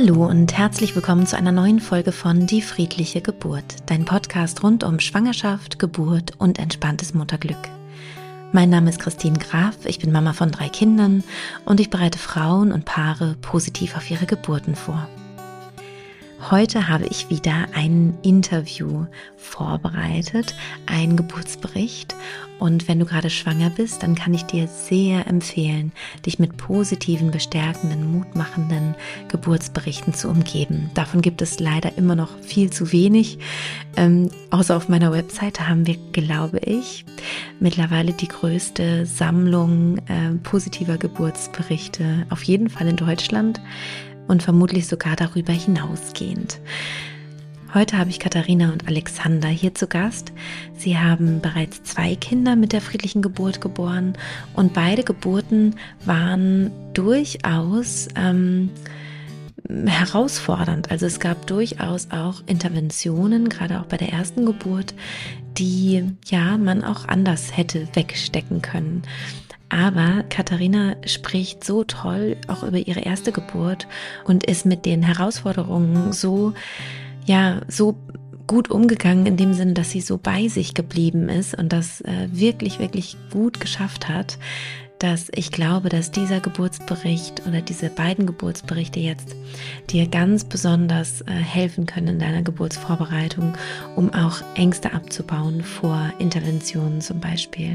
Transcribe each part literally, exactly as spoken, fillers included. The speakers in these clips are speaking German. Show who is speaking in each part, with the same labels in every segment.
Speaker 1: Hallo und herzlich willkommen zu einer neuen Folge von Die friedliche Geburt, dein Podcast rund um Schwangerschaft, Geburt und entspanntes Mutterglück. Mein Name ist Christine Graf, ich bin Mama von drei Kindern und ich bereite Frauen und Paare positiv auf ihre Geburten vor. Heute habe ich wieder ein Interview vorbereitet, einen Geburtsbericht. Und wenn du gerade schwanger bist, dann kann ich dir sehr empfehlen, dich mit positiven, bestärkenden, mutmachenden Geburtsberichten zu umgeben. Davon gibt es leider immer noch viel zu wenig. Ähm, außer auf meiner Webseite haben wir, glaube ich, mittlerweile die größte Sammlung äh, positiver Geburtsberichte, auf jeden Fall in Deutschland. Und vermutlich sogar darüber hinausgehend. Heute habe ich Katharina und Alexander hier zu Gast. Sie haben bereits zwei Kinder mit der friedlichen Geburt geboren und beide Geburten waren durchaus ähm, herausfordernd. Also es gab durchaus auch Interventionen, gerade auch bei der ersten Geburt, die ja man auch anders hätte wegstecken können. Aber Katharina spricht so toll auch über ihre erste Geburt und ist mit den Herausforderungen so, ja, so gut umgegangen in dem Sinne, dass sie so bei sich geblieben ist und das äh, wirklich, wirklich gut geschafft hat, dass ich glaube, dass dieser Geburtsbericht oder diese beiden Geburtsberichte jetzt dir ganz besonders äh, helfen können in deiner Geburtsvorbereitung, um auch Ängste abzubauen vor Interventionen zum Beispiel.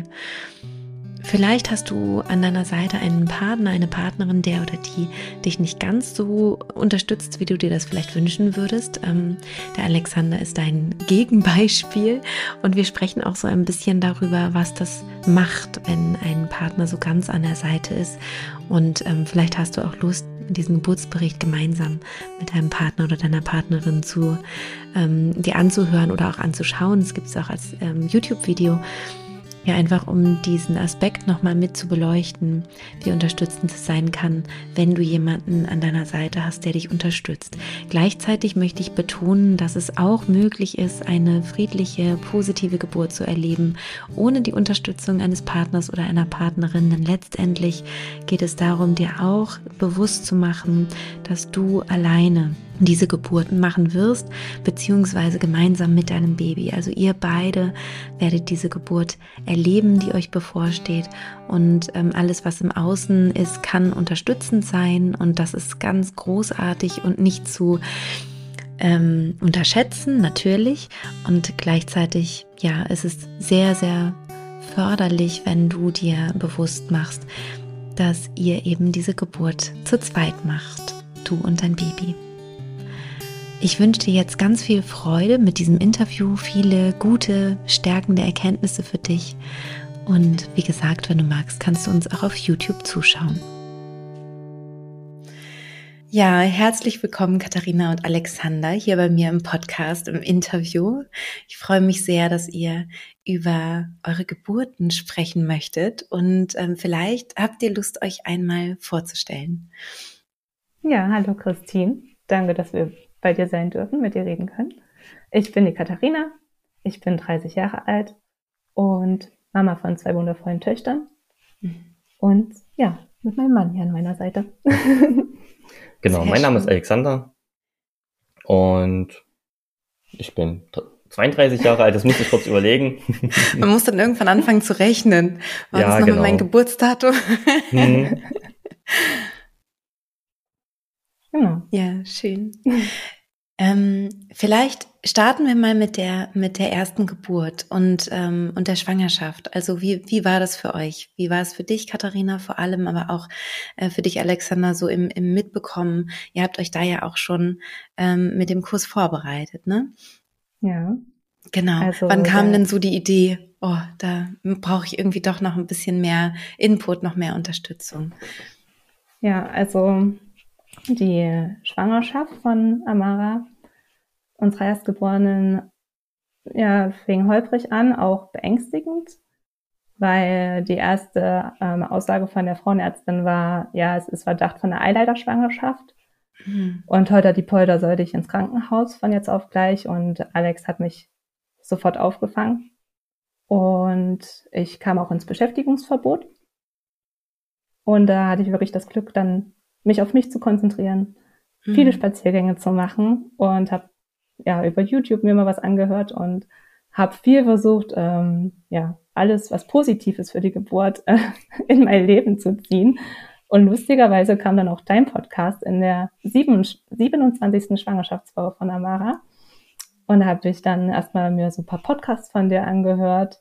Speaker 1: Vielleicht hast du an deiner Seite einen Partner, eine Partnerin, der oder die dich nicht ganz so unterstützt, wie du dir das vielleicht wünschen würdest. Ähm, der Alexander ist dein Gegenbeispiel und wir sprechen auch so ein bisschen darüber, was das macht, wenn ein Partner so ganz an der Seite ist. Und ähm, vielleicht hast du auch Lust, diesen Geburtsbericht gemeinsam mit deinem Partner oder deiner Partnerin zu ähm, dir anzuhören oder auch anzuschauen. Es gibt es auch als ähm, YouTube-Video. Ja, einfach um diesen Aspekt nochmal mit zu beleuchten, wie unterstützend es sein kann, wenn du jemanden an deiner Seite hast, der dich unterstützt. Gleichzeitig möchte ich betonen, dass es auch möglich ist, eine friedliche, positive Geburt zu erleben, ohne die Unterstützung eines Partners oder einer Partnerin. Denn letztendlich geht es darum, dir auch bewusst zu machen, dass du alleine diese Geburten machen wirst, beziehungsweise gemeinsam mit deinem Baby. Also ihr beide werdet diese Geburt erleben, die euch bevorsteht. Und ähm, alles, was im Außen ist, kann unterstützend sein. Und das ist ganz großartig und nicht zu ähm, unterschätzen, natürlich. Und gleichzeitig, ja, es ist sehr, sehr förderlich, wenn du dir bewusst machst, dass ihr eben diese Geburt zu zweit macht, du und dein Baby. Ich wünsche dir jetzt ganz viel Freude mit diesem Interview, viele gute, stärkende Erkenntnisse für dich. Und wie gesagt, wenn du magst, kannst du uns auch auf YouTube zuschauen. Ja, herzlich willkommen Katharina und Alexander hier bei mir im Podcast, im Interview. Ich freue mich sehr, dass ihr über eure Geburten sprechen möchtet und ähm, vielleicht habt ihr Lust, euch einmal vorzustellen.
Speaker 2: Ja, hallo Christine. Danke, dass wir bei dir sein dürfen, mit dir reden können. Ich bin die Katharina, ich bin dreißig Jahre alt und Mama von zwei wundervollen Töchtern und ja, mit meinem Mann hier an meiner Seite.
Speaker 3: Genau,
Speaker 1: Sehr
Speaker 3: mein Name ist
Speaker 1: schön.
Speaker 3: Alexander und ich bin zweiunddreißig Jahre alt, das musste ich kurz überlegen.
Speaker 1: Man muss dann irgendwann anfangen zu rechnen. War
Speaker 3: Ja,
Speaker 1: das nochmal
Speaker 3: genau.
Speaker 1: mein Geburtsdatum?
Speaker 3: Hm.
Speaker 2: Genau.
Speaker 1: Ja, schön. Ähm, vielleicht starten wir mal mit der mit der ersten Geburt und ähm, und der Schwangerschaft. Also wie wie war das für euch? Wie war es für dich, Katharina, vor allem, aber auch äh, für dich, Alexander, so im im Mitbekommen? Ihr habt euch da ja auch schon ähm, mit dem Kurs vorbereitet, ne?
Speaker 2: Ja.
Speaker 1: Genau.
Speaker 2: Also
Speaker 1: Wann kam
Speaker 2: der,
Speaker 1: denn so die Idee? Oh, da brauche ich irgendwie doch noch ein bisschen mehr Input, noch mehr Unterstützung.
Speaker 2: ja, also die Schwangerschaft von Amara, unserer Erstgeborenen, ja, fing holprig an, auch beängstigend, weil die erste ähm, Aussage von der Frauenärztin war, ja, es ist Verdacht von einer Eileiterschwangerschaft.
Speaker 1: Mhm.
Speaker 2: Und holter die Polter sollte ich ins Krankenhaus von jetzt auf gleich und Alex hat mich sofort aufgefangen. Und ich kam auch ins Beschäftigungsverbot. Und da hatte ich wirklich das Glück, dann mich auf mich zu konzentrieren mhm. viele Spaziergänge zu machen und habe ja über YouTube mir mal was angehört und habe viel versucht, ähm, ja, alles, was positiv ist für die Geburt, äh, in mein Leben zu ziehen. Und lustigerweise kam dann auch dein Podcast in der siebenundzwanzigsten Schwangerschaftswoche von Amara. Und da habe ich dann erstmal mir so ein paar Podcasts von dir angehört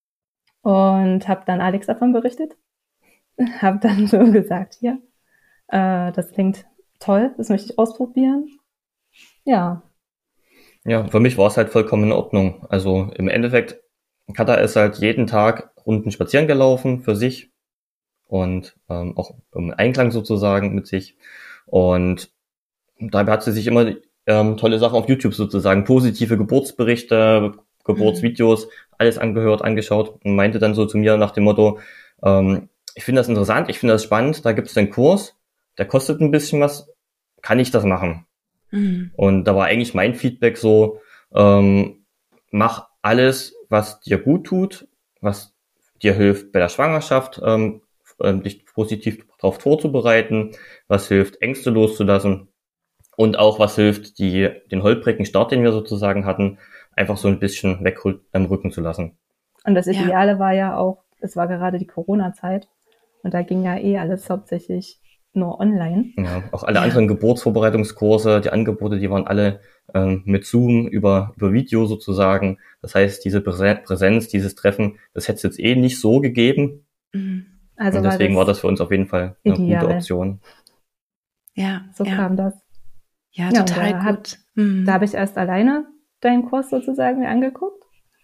Speaker 2: und habe dann Alex davon berichtet. Habe dann so gesagt, hier, äh, das klingt toll, das möchte ich ausprobieren. Ja.
Speaker 3: Ja, für mich war es halt vollkommen in Ordnung. Also im Endeffekt, Katha ist halt jeden Tag Runden spazieren gelaufen für sich und ähm, auch im Einklang sozusagen mit sich. Und dabei hat sie sich immer ähm, tolle Sachen auf YouTube sozusagen, positive Geburtsberichte, Geburtsvideos, mhm. alles angehört, angeschaut und meinte dann so zu mir nach dem Motto, ähm, ich finde das interessant, ich finde das spannend, da gibt es einen Kurs, der kostet ein bisschen was, kann ich das machen? Mhm. Und da war eigentlich mein Feedback so, ähm, mach alles, was dir gut tut, was dir hilft bei der Schwangerschaft, ähm, dich positiv darauf vorzubereiten, was hilft, Ängste loszulassen und auch was hilft, die den holprigen Start, den wir sozusagen hatten, einfach so ein bisschen wegrücken zu lassen.
Speaker 2: Und das Ideale ja. war ja auch, es war gerade die Corona-Zeit und da ging ja eh alles hauptsächlich nur online.
Speaker 3: Ja, auch alle ja. anderen Geburtsvorbereitungskurse, die Angebote, die waren alle ähm, mit Zoom über über Video sozusagen. Das heißt, diese Präsenz, dieses Treffen, das hätte es jetzt eh nicht so gegeben. Also und deswegen war das, war das für uns auf jeden Fall eine ideal. Gute Option.
Speaker 2: Ja, so ja. kam das.
Speaker 1: Ja, ja total da gut.
Speaker 2: Hat, mhm. Da habe ich erst alleine deinen Kurs sozusagen mir angeguckt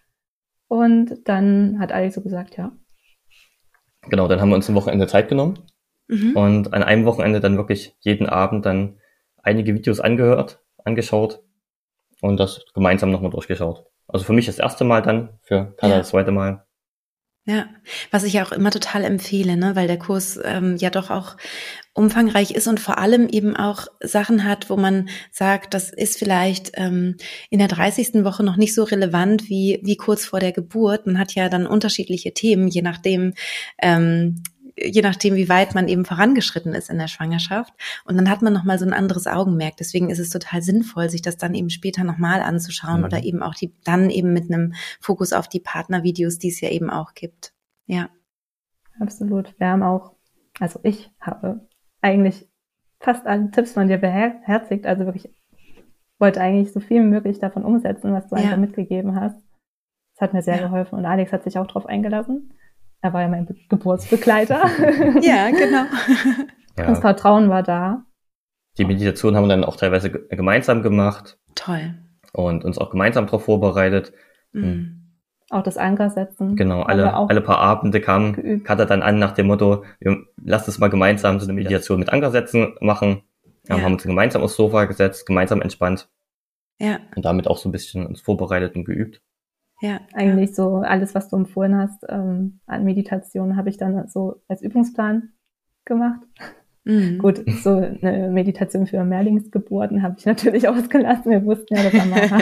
Speaker 2: und dann hat Alex so gesagt, ja.
Speaker 3: Genau, dann haben wir uns ein Wochenende Zeit genommen. Mhm. Und an einem Wochenende dann wirklich jeden Abend dann einige Videos angehört, angeschaut und das gemeinsam nochmal durchgeschaut. Also für mich das erste Mal dann, für Katha ja. das zweite Mal.
Speaker 1: Ja, was ich ja auch immer total empfehle, ne, weil der Kurs ähm, ja doch auch umfangreich ist und vor allem eben auch Sachen hat, wo man sagt, das ist vielleicht ähm, in der dreißigsten Woche noch nicht so relevant wie wie kurz vor der Geburt. Man hat ja dann unterschiedliche Themen, je nachdem, ähm, je nachdem, wie weit man eben vorangeschritten ist in der Schwangerschaft. Und dann hat man nochmal so ein anderes Augenmerk. Deswegen ist es total sinnvoll, sich das dann eben später nochmal anzuschauen mhm. oder eben auch die, dann eben mit einem Fokus auf die Partnervideos, die es ja eben auch gibt. Ja.
Speaker 2: Absolut. Wir haben auch, also ich habe eigentlich fast alle Tipps von dir beherzigt. Also wirklich wollte eigentlich so viel wie möglich davon umsetzen, was du ja. einfach mitgegeben hast. Das hat mir sehr ja. geholfen. Und Alex hat sich auch drauf eingelassen. Er war ja mein Be- Geburtsbegleiter.
Speaker 1: Ja, genau.
Speaker 2: Ja. Das Vertrauen war da.
Speaker 3: Die Meditation haben wir dann auch teilweise ge- gemeinsam gemacht.
Speaker 1: Toll.
Speaker 3: Und uns auch gemeinsam darauf vorbereitet.
Speaker 2: Mhm. Auch das Anker setzen.
Speaker 3: Genau, alle alle paar Abende kam Katha dann an nach dem Motto, wir, lasst es mal gemeinsam so eine Meditation mit Anker setzen machen. Ja. Haben uns gemeinsam aufs Sofa gesetzt, gemeinsam entspannt.
Speaker 1: Ja.
Speaker 3: Und damit auch so ein bisschen uns vorbereitet und geübt.
Speaker 2: Ja, eigentlich ja. so alles, was du empfohlen hast ähm, an Meditation, habe ich dann so als Übungsplan gemacht. Mhm. Gut, so eine Meditation für Mehrlingsgeburten habe ich natürlich ausgelassen. Wir wussten ja, dass Amara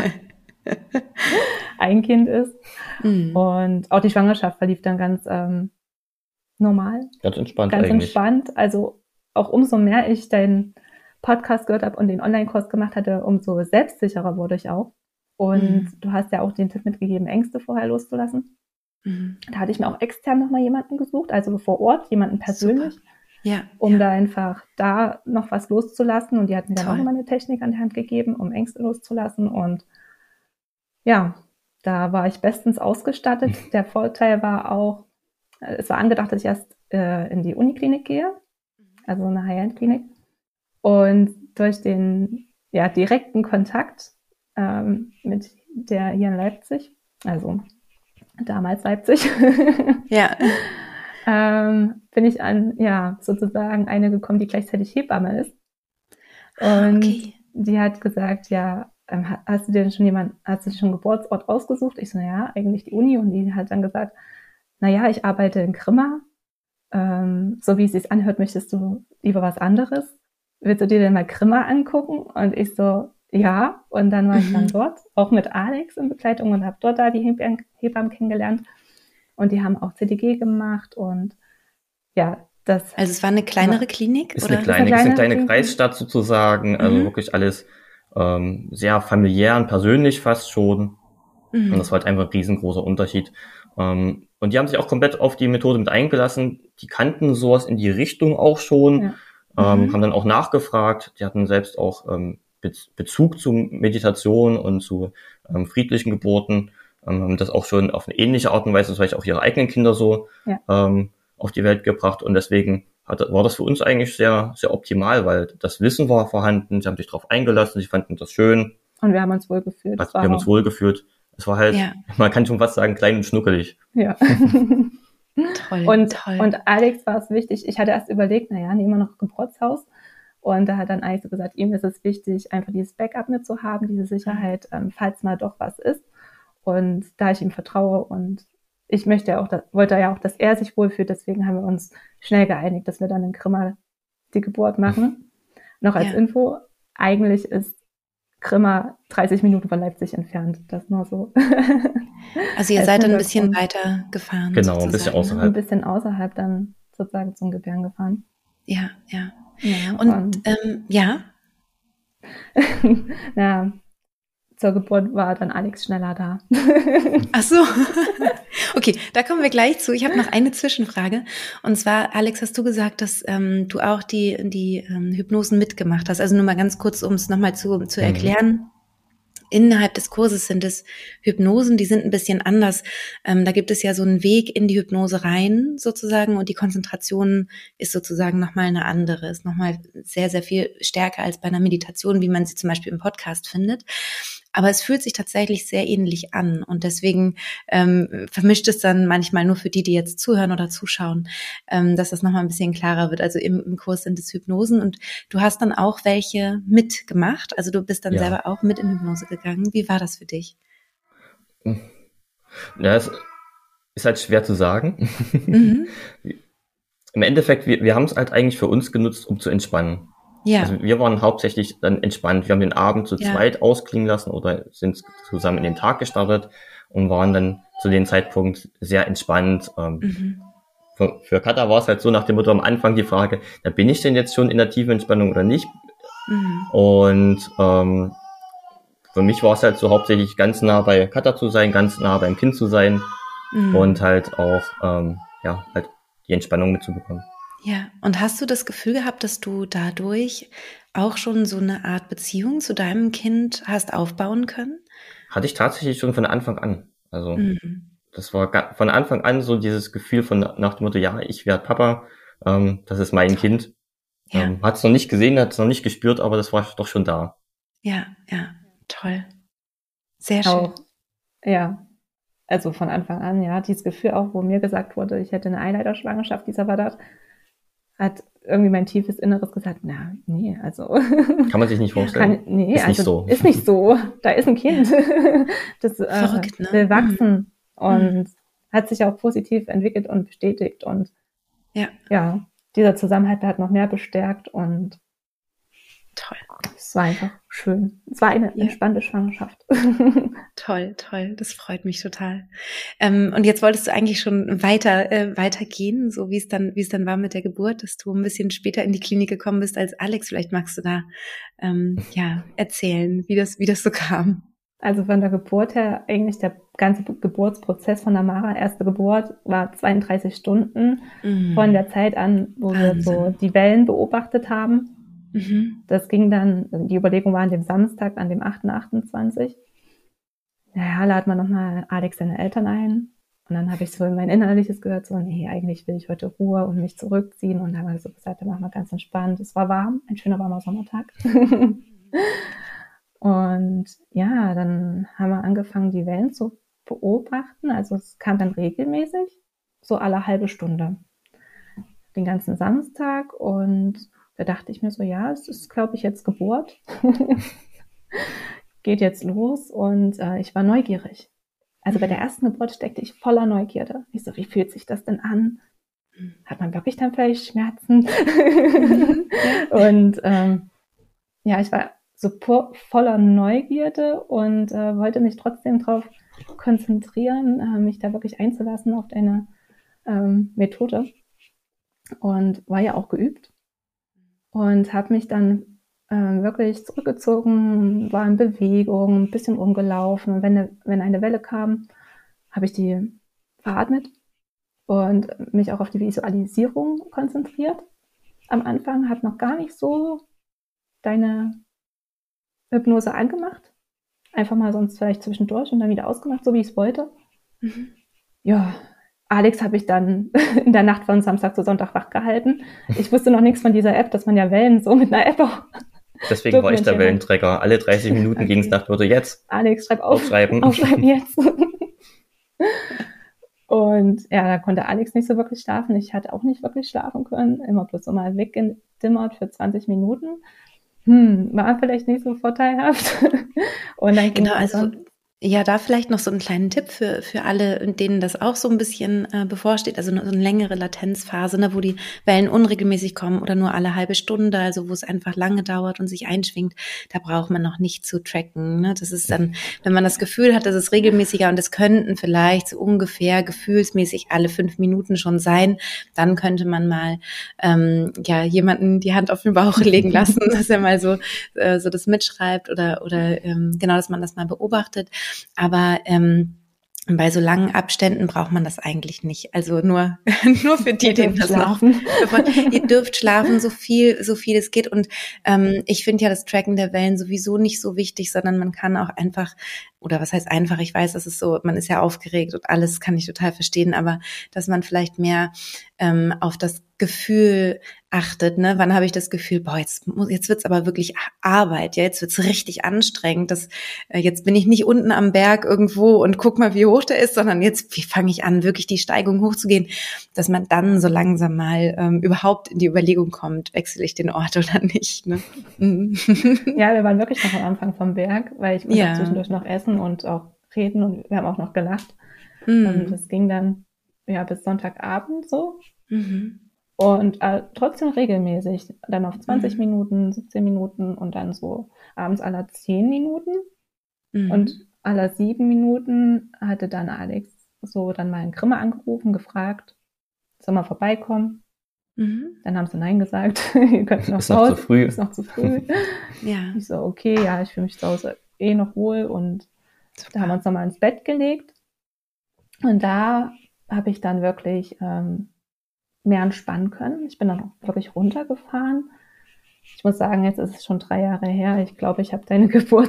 Speaker 2: ein Kind ist. Mhm. Und auch die Schwangerschaft verlief dann ganz ähm, normal.
Speaker 3: Ganz entspannt
Speaker 2: Ganz
Speaker 3: eigentlich.
Speaker 2: entspannt. Also auch umso mehr ich deinen Podcast gehört habe und den Online-Kurs gemacht hatte, umso selbstsicherer wurde ich auch. Und mhm. du hast ja auch den Tipp mitgegeben, Ängste vorher loszulassen. Mhm. Da hatte ich mir auch extern nochmal jemanden gesucht, also vor Ort, jemanden persönlich,
Speaker 1: ja,
Speaker 2: um
Speaker 1: ja.
Speaker 2: da einfach da noch was loszulassen. Und die hat mir dann Toll. auch nochmal eine Technik an die Hand gegeben, um Ängste loszulassen. Und ja, da war ich bestens ausgestattet. Mhm. Der Vorteil war auch, es war angedacht, dass ich erst äh, in die Uniklinik gehe, also eine High-End-Klinik. Und durch den ja, direkten Kontakt mit der hier in Leipzig, also damals Leipzig,
Speaker 1: ja.
Speaker 2: ähm, bin ich an, ja, sozusagen eine gekommen, die gleichzeitig Hebamme ist. Und okay. die hat gesagt, ja, hast du dir denn schon jemand, hast du dir schon einen Geburtsort ausgesucht? Ich so, ja, eigentlich die Uni. Und die hat dann gesagt, naja, ich arbeite in Grimma. Ähm, so wie es sich anhört, möchtest du lieber was anderes? Willst du dir denn mal Grimma angucken? Und ich so, ja, und dann war mhm. ich dann dort, auch mit Alex in Begleitung und habe dort da die Hebammen kennengelernt und die haben auch C T G gemacht und ja, das,
Speaker 1: also es war eine kleinere Klinik?
Speaker 3: Ist
Speaker 1: oder?
Speaker 3: eine kleine,
Speaker 2: Ist eine
Speaker 3: ist eine
Speaker 2: kleine
Speaker 3: kleine
Speaker 2: Klinik.
Speaker 3: Kreisstadt sozusagen, also
Speaker 1: Mhm.
Speaker 3: wirklich alles ähm, sehr familiär und persönlich fast schon.
Speaker 1: Mhm.
Speaker 3: Und das war halt einfach ein riesengroßer Unterschied. Ähm, und die haben sich auch komplett auf die Methode mit eingelassen. Die kannten sowas in die Richtung auch schon,
Speaker 2: Ja.
Speaker 3: ähm,
Speaker 1: Mhm.
Speaker 3: haben dann auch nachgefragt. Die hatten selbst auch ähm, Be- Bezug zu Meditation und zu ähm, friedlichen Geburten. Ähm, haben das auch schon auf eine ähnliche Art und Weise, vielleicht auch ihre eigenen Kinder so
Speaker 2: Ja.
Speaker 3: ähm, auf die Welt gebracht. Und deswegen hat, war das für uns eigentlich sehr, sehr optimal, weil das Wissen war vorhanden. Sie haben sich darauf eingelassen, sie fanden das schön.
Speaker 2: Und wir haben uns wohl gefühlt.
Speaker 3: Also, wir haben uns wohlgefühlt. Es war halt,
Speaker 1: Ja.
Speaker 3: man kann schon fast sagen, klein und schnuckelig.
Speaker 2: Ja.
Speaker 1: Toll,
Speaker 2: und,
Speaker 1: toll.
Speaker 2: und Alex war es wichtig, ich hatte erst überlegt, naja, nehmen wir noch Geburtshaus. Und da hat dann Alex so gesagt, ihm ist es wichtig, einfach dieses Backup mitzuhaben, diese Sicherheit, ähm, falls mal doch was ist. Und da ich ihm vertraue und ich möchte ja auch, da, wollte ja auch, dass er sich wohlfühlt, deswegen haben wir uns schnell geeinigt, dass wir dann in Grimma die Geburt machen. Noch als
Speaker 1: Ja.
Speaker 2: Info, eigentlich ist Grimma dreißig Minuten von Leipzig entfernt, das nur so.
Speaker 1: Also ihr
Speaker 2: als
Speaker 1: seid dann ein bisschen
Speaker 2: Hintergrund.
Speaker 1: weiter gefahren.
Speaker 3: Genau, ein bisschen
Speaker 1: sozusagen, ne?
Speaker 3: außerhalb.
Speaker 2: Ein bisschen außerhalb dann sozusagen zum Gebären gefahren.
Speaker 1: Ja, ja.
Speaker 2: Ja,
Speaker 1: Und ähm, ja,
Speaker 2: ja, zur Geburt war dann Alex schneller da.
Speaker 1: ach so. Okay, da kommen wir gleich zu. Ich habe noch eine Zwischenfrage. Und zwar, Alex, hast du gesagt, dass ähm, du auch die, die ähm, Hypnosen mitgemacht hast. Also nur mal ganz kurz, um es nochmal zu, zu
Speaker 3: Mhm.
Speaker 1: erklären. Innerhalb des Kurses sind es Hypnosen, die sind ein bisschen anders. Ähm, da gibt es ja so einen Weg in die Hypnose rein sozusagen und die Konzentration ist sozusagen nochmal eine andere, ist nochmal sehr, sehr viel stärker als bei einer Meditation, wie man sie zum Beispiel im Podcast findet. Aber es fühlt sich tatsächlich sehr ähnlich an und deswegen ähm, vermischt es dann manchmal nur für die, die jetzt zuhören oder zuschauen, ähm, dass das nochmal ein bisschen klarer wird. Also im, im Kurs sind es Hypnosen und du hast dann auch welche mitgemacht. Also du bist dann
Speaker 3: Ja.
Speaker 1: selber auch mit in Hypnose gegangen. Wie war das für dich?
Speaker 3: Ja, es ist halt schwer zu sagen.
Speaker 1: Mhm.
Speaker 3: Im Endeffekt, wir, wir haben es halt eigentlich für uns genutzt, um zu entspannen.
Speaker 1: Ja,
Speaker 3: Also wir waren hauptsächlich dann entspannt. Wir haben den Abend zu
Speaker 1: Ja.
Speaker 3: zweit ausklingen lassen oder sind zusammen in den Tag gestartet und waren dann zu dem Zeitpunkt sehr entspannt. Ähm,
Speaker 1: mhm.
Speaker 3: Für, für Katha war es halt so nach dem Motto am Anfang die Frage, ja, bin ich denn jetzt schon in der tiefen Entspannung oder nicht?
Speaker 1: Mhm.
Speaker 3: Und ähm, für mich war es halt so hauptsächlich ganz nah bei Katha zu sein, ganz nah beim Kind zu sein
Speaker 1: Mhm.
Speaker 3: und halt auch ähm, ja halt die Entspannung mitzubekommen.
Speaker 1: Ja, und hast du das Gefühl gehabt, dass du dadurch auch schon so eine Art Beziehung zu deinem Kind hast aufbauen können?
Speaker 3: Hatte ich tatsächlich schon von Anfang an. Also
Speaker 1: Mhm.
Speaker 3: das war ga- von Anfang an so dieses Gefühl von nach dem Motto, ja, ich werde Papa, ähm, das ist mein Kind.
Speaker 1: Ja,
Speaker 3: Ähm, hat es noch nicht gesehen, hat es noch nicht gespürt, aber das war doch schon da.
Speaker 1: ja, ja, toll. Sehr schön.
Speaker 2: Auch, ja, also von Anfang an, ja, dieses Gefühl auch, wo mir gesagt wurde, ich hätte eine Eileiterschwangerschaft, dieser Verdacht, hat irgendwie mein tiefes Inneres gesagt, na, nee, also
Speaker 3: Kann man sich nicht vorstellen.
Speaker 2: kann, nee,
Speaker 3: Ist nicht
Speaker 2: also
Speaker 3: so.
Speaker 2: ist nicht so. Da ist ein Kind, das äh,
Speaker 1: Verrückt, ne?
Speaker 2: will wachsen und
Speaker 1: Mhm.
Speaker 2: hat sich auch positiv entwickelt und bestätigt und
Speaker 1: Ja,
Speaker 2: ja, dieser Zusammenhalt hat noch mehr bestärkt und
Speaker 1: toll.
Speaker 2: es war einfach schön. Es war eine
Speaker 1: Ja.
Speaker 2: entspannte Schwangerschaft.
Speaker 1: Toll, toll, das freut mich total. Ähm, und jetzt wolltest du eigentlich schon weiter äh, weitergehen, so wie es dann wie es dann war mit der Geburt, dass du ein bisschen später in die Klinik gekommen bist als Alex. Vielleicht magst du da ähm, ja erzählen, wie das wie das so kam.
Speaker 2: Also von der Geburt her, eigentlich der ganze Geburtsprozess von der Mara, erste Geburt, war zweiunddreißig Stunden
Speaker 1: Mhm.
Speaker 2: von der Zeit an, wo wir
Speaker 1: Wahnsinn.
Speaker 2: so die Wellen beobachtet haben.
Speaker 1: Mhm.
Speaker 2: Das ging dann, die Überlegung war an dem Samstag, an dem achten achtundzwanzig. Naja, lad mal nochmal Alex seine Eltern ein. Und dann habe ich so in mein Innerliches gehört, so, nee, eigentlich will ich heute Ruhe und mich zurückziehen. Und dann haben wir so gesagt, dann machen wir ganz entspannt. Es war warm, ein schöner warmer Sommertag. Und ja, dann haben wir angefangen, die Wellen zu beobachten. Also es kam dann regelmäßig, so alle halbe Stunde. Den ganzen Samstag. Und da dachte ich mir so, ja, es ist, glaube ich, jetzt Geburt. Geht jetzt los. Und äh, ich war neugierig. Also bei der ersten Geburt steckte ich voller Neugierde. Ich so, wie fühlt sich das denn an? Hat man wirklich dann vielleicht Schmerzen? Und ähm, ja, ich war so pur, voller Neugierde und äh, wollte mich trotzdem darauf konzentrieren, äh, mich da wirklich einzulassen auf deine ähm, Methode. und war ja auch geübt und habe mich dann äh, wirklich zurückgezogen, war in Bewegung, ein bisschen rumgelaufen und wenn eine, wenn eine Welle kam, habe ich die veratmet und mich auch auf die Visualisierung konzentriert. Am Anfang hat noch gar nicht so deine Hypnose angemacht. Einfach mal sonst vielleicht zwischendurch und dann wieder ausgemacht, so wie ich es wollte. Mhm. Ja, Alex habe ich dann in der Nacht von Samstag zu Sonntag wach gehalten. Ich wusste noch nichts von dieser App, dass man ja Wellen so mit einer App auch...
Speaker 3: Deswegen war ich der Wellenträger. Alle dreißig Minuten okay. ging es nach Motto jetzt.
Speaker 2: Alex, schreib auf.
Speaker 3: Aufschreiben.
Speaker 2: Aufschreiben jetzt. Und ja, da konnte Alex nicht so wirklich schlafen. Ich hatte auch nicht wirklich schlafen können. Immer bloß so mal weggedimmert für zwanzig Minuten. Hm, war vielleicht nicht so vorteilhaft. Und dann
Speaker 1: genau, also ja, da vielleicht noch so einen kleinen Tipp für für alle, denen das auch so ein bisschen äh, bevorsteht, also so eine längere Latenzphase, ne, wo die Wellen unregelmäßig kommen oder nur alle halbe Stunde, also wo es einfach lange dauert und sich einschwingt, da braucht man noch nicht zu tracken, ne? Das ist dann, wenn man das Gefühl hat, das ist regelmäßiger und es könnten vielleicht so ungefähr gefühlsmäßig alle fünf Minuten schon sein, dann könnte man mal ähm, ja jemanden die Hand auf den Bauch legen lassen, dass er mal so äh, so das mitschreibt oder oder ähm, genau, dass man das mal beobachtet. Aber ähm, bei so langen Abständen braucht man das eigentlich nicht. Also nur nur für die, die das
Speaker 2: schlafen.
Speaker 1: noch. Ihr dürft schlafen, so viel so viel es geht. Und ähm, ich finde ja das Tracken der Wellen sowieso nicht so wichtig, sondern man kann auch einfach, oder was heißt einfach, ich weiß, das ist so, man ist ja aufgeregt und alles kann ich total verstehen, aber dass man vielleicht mehr ähm, auf das Gefühl achtet, ne? Wann habe ich das Gefühl, boah, jetzt muss, jetzt wird's aber wirklich Arbeit, ja, jetzt wird's richtig anstrengend. Das, äh, jetzt bin ich nicht unten am Berg irgendwo und guck mal, wie hoch der ist, sondern jetzt, wie fange ich an, wirklich die Steigung hochzugehen, dass man dann so langsam mal ähm, überhaupt in die Überlegung kommt, wechsle ich den Ort oder nicht, ne?
Speaker 2: Ja, wir waren wirklich noch am Anfang vom Berg, weil ich konnte
Speaker 1: ja.
Speaker 2: auch zwischendurch noch essen und auch reden und wir haben auch noch gelacht.
Speaker 1: Mhm.
Speaker 2: Und das ging dann ja bis Sonntagabend so.
Speaker 1: Mhm.
Speaker 2: Und äh, trotzdem regelmäßig, dann auf zwanzig
Speaker 1: mhm.
Speaker 2: Minuten, siebzehn Minuten und dann so abends aller zehn Minuten.
Speaker 1: Mhm.
Speaker 2: Und aller sieben Minuten hatte dann Alex so dann mal einen Grimmer angerufen, gefragt, soll mal vorbeikommen?
Speaker 1: Mhm.
Speaker 2: Dann haben sie Nein gesagt, ihr könnt noch
Speaker 3: ist noch zu früh.
Speaker 2: Ist noch zu früh.
Speaker 1: Ja.
Speaker 2: Ich so, okay, ja, ich fühle mich zu Hause eh noch wohl und Super. Da haben wir uns nochmal ins Bett gelegt. Und da habe ich dann wirklich ähm, mehr entspannen können. Ich bin dann auch wirklich runtergefahren. Ich muss sagen, jetzt ist es schon drei Jahre her. Ich glaube, ich habe deine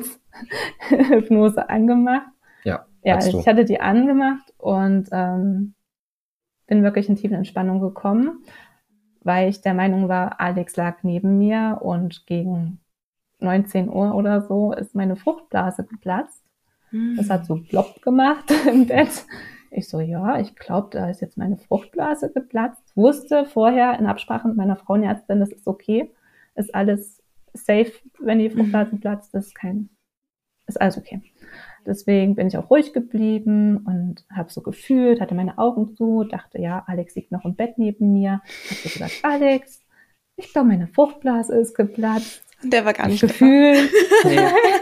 Speaker 2: Geburtshypnose angemacht.
Speaker 3: Ja,
Speaker 2: ja, ich du. hatte die angemacht und ähm, bin wirklich in tiefe Entspannung gekommen, weil ich der Meinung war, Alex lag neben mir und gegen neunzehn Uhr oder so ist meine Fruchtblase geplatzt. Mhm. Das hat so plopp gemacht im Bett. Ich so, ja, ich glaube, da ist jetzt meine Fruchtblase geplatzt. Wusste vorher in Absprache mit meiner Frauenärztin, das ist okay. Ist alles safe, wenn die Fruchtblase mhm. platzt. Das ist kein, ist alles okay. Deswegen bin ich auch ruhig geblieben und habe so gefühlt, hatte meine Augen zu, dachte, ja, Alex liegt noch im Bett neben mir. Hab so gesagt, Alex, ich glaube, meine Fruchtblase ist geplatzt.
Speaker 1: Der war gar nicht
Speaker 2: gefühlt. Nee.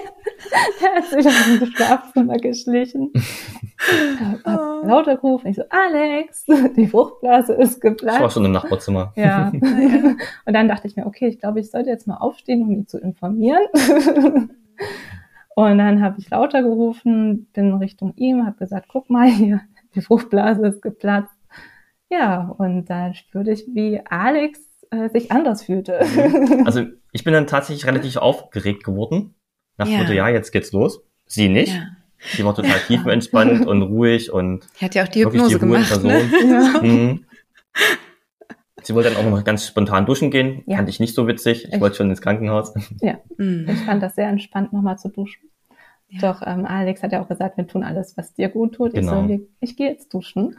Speaker 2: Der hat sich aus dem Schlafzimmer geschlichen. Hab, hab oh. lauter gerufen. Ich so, Alex, die Fruchtblase ist geplatzt.
Speaker 3: Ich war schon im Nachbarzimmer.
Speaker 2: Ja. Und dann dachte ich mir, okay, ich glaube, ich sollte jetzt mal aufstehen, um ihn zu informieren. Und dann habe ich lauter gerufen, bin Richtung ihm, habe gesagt, guck mal hier, die Fruchtblase ist geplatzt. Ja, und dann spürte ich, wie Alex äh, sich anders fühlte.
Speaker 3: Also ich bin dann tatsächlich relativ aufgeregt geworden. Nach dem ja. Motto, ja, jetzt geht's los. Sie nicht. Ja. Sie war total tiefenentspannt und ruhig und
Speaker 1: die hat ja auch die Hypnose die gemacht, ne?
Speaker 2: Ja.
Speaker 3: Mhm. Sie wollte dann auch noch ganz spontan duschen gehen. Ja. Fand ich nicht so witzig. Ich, ich wollte schon ins Krankenhaus.
Speaker 2: Ja, mhm. Ich fand das sehr entspannt, nochmal zu duschen. Ja. Doch ähm, Alex hat ja auch gesagt, wir tun alles, was dir gut tut.
Speaker 3: Genau.
Speaker 2: Ich so, ich gehe jetzt duschen.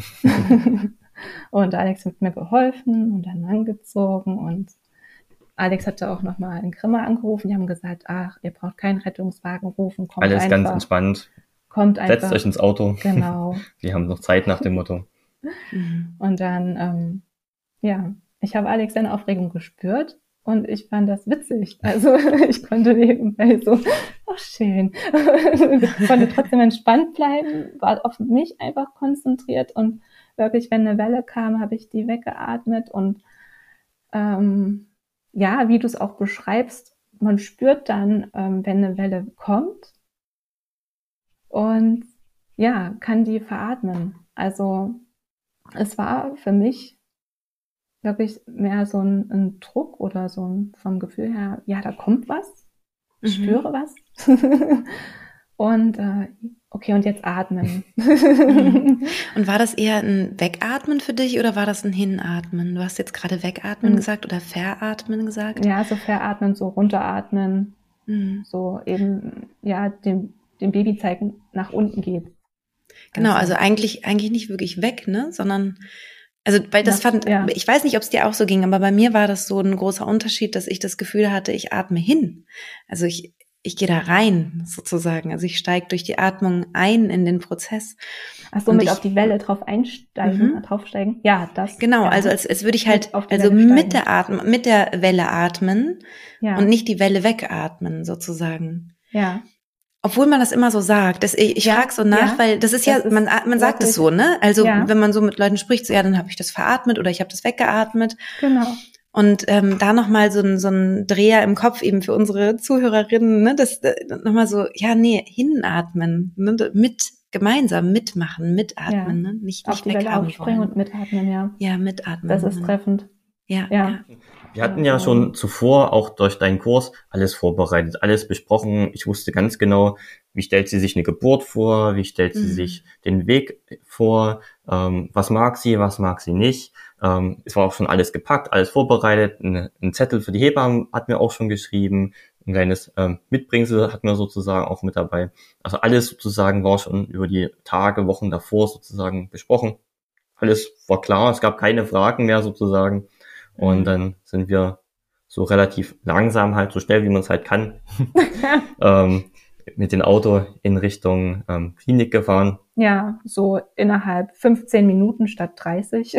Speaker 2: Und Alex hat mir geholfen und dann angezogen. Und Alex hatte auch nochmal einen Grimmer angerufen. Die haben gesagt, ach, ihr braucht keinen Rettungswagen rufen. Kommt
Speaker 3: alles
Speaker 2: einfach.
Speaker 3: ganz entspannt.
Speaker 2: Kommt einfach.
Speaker 3: Setzt euch ins Auto.
Speaker 2: Genau.
Speaker 3: Wir haben noch Zeit nach dem Motto.
Speaker 2: Und dann, ähm, ja, ich habe Alex seine Aufregung gespürt. Und ich fand das witzig. Also ich konnte nebenbei so, ach schön, konnte trotzdem entspannt bleiben, war auf mich einfach konzentriert und wirklich, wenn eine Welle kam, habe ich die weggeatmet und ähm, ja, wie du es auch beschreibst, man spürt dann, ähm, wenn eine Welle kommt und ja, kann die veratmen. Also es war für mich wirklich mehr so ein, ein Druck oder so ein, vom Gefühl her, ja, da kommt was, ich
Speaker 1: Mhm.
Speaker 2: spüre was. Und äh, okay, und jetzt atmen.
Speaker 1: Mhm. Und war das eher ein Wegatmen für dich oder war das ein Hinatmen? Du hast jetzt gerade Wegatmen
Speaker 2: Mhm.
Speaker 1: gesagt oder Veratmen gesagt.
Speaker 2: Ja, so veratmen, so runteratmen,
Speaker 1: Mhm.
Speaker 2: so eben, ja, dem, dem Baby zeigen, nach unten geht.
Speaker 1: Genau, also eigentlich, eigentlich nicht wirklich weg, ne, sondern, also, weil das
Speaker 2: Nach-
Speaker 1: fand,
Speaker 2: ja.
Speaker 1: ich weiß nicht, ob es dir auch so ging, aber bei mir war das so ein großer Unterschied, dass ich das Gefühl hatte, ich atme hin. Also ich, ich gehe da rein, sozusagen. Also ich steige durch die Atmung ein in den Prozess.
Speaker 2: Ach so,
Speaker 1: Und
Speaker 2: mit
Speaker 1: ich-
Speaker 2: auf die Welle drauf einsteigen,
Speaker 1: Mhm.
Speaker 2: draufsteigen. Ja, das.
Speaker 1: Genau,
Speaker 2: ja.
Speaker 1: also als, als würde ich halt,
Speaker 2: Mit auf die
Speaker 1: also
Speaker 2: Welle steigen.
Speaker 1: mit der Atmen, mit der Welle atmen
Speaker 2: Ja.
Speaker 1: und nicht die Welle wegatmen, sozusagen.
Speaker 2: Ja.
Speaker 1: Obwohl man das immer so sagt. Das, ich ich
Speaker 2: Ja,
Speaker 1: frage so nach,
Speaker 2: ja,
Speaker 1: weil das ist
Speaker 2: das
Speaker 1: ja,
Speaker 2: ist
Speaker 1: man, man sagt es
Speaker 2: wirklich-
Speaker 1: so, ne? Also
Speaker 2: ja.
Speaker 1: wenn man so mit Leuten spricht, so ja, dann habe ich das veratmet oder ich habe das weggeatmet.
Speaker 2: Genau.
Speaker 1: Und ähm, da nochmal so ein, so ein Dreher im Kopf eben für unsere Zuhörerinnen, ne? Das äh, nochmal so, ja, nee, hinatmen, ne? Mit, gemeinsam mitmachen, mitatmen,
Speaker 2: Ja.
Speaker 1: ne? Nicht,
Speaker 2: Auf
Speaker 1: nicht
Speaker 2: die Welle
Speaker 1: wegatmen
Speaker 2: aufspringen
Speaker 1: wollen.
Speaker 2: und mitatmen, ja.
Speaker 1: Ja, mitatmen.
Speaker 2: Das ist
Speaker 1: ne?
Speaker 2: treffend.
Speaker 1: Ja,
Speaker 2: Ja.
Speaker 1: ja.
Speaker 3: Wir hatten ja schon zuvor auch durch deinen Kurs alles vorbereitet, alles besprochen. Ich wusste ganz genau, wie stellt sie sich eine Geburt vor, wie stellt sie
Speaker 1: Mhm.
Speaker 3: sich den Weg vor, ähm, was mag sie, was mag sie nicht. Ähm, es war auch schon alles gepackt, alles vorbereitet. Ein, ein Zettel für die Hebammen hatten wir auch schon geschrieben. Ein kleines ähm, Mitbringsel hatten wir sozusagen auch mit dabei. Also alles sozusagen war schon über die Tage, Wochen davor sozusagen besprochen. Alles war klar, es gab keine Fragen mehr sozusagen. Und
Speaker 1: Mhm.
Speaker 3: dann sind wir so relativ langsam halt, so schnell wie man es halt kann, ähm, mit dem Auto in Richtung ähm, Klinik gefahren.
Speaker 2: Ja, so innerhalb fünfzehn Minuten statt dreißig.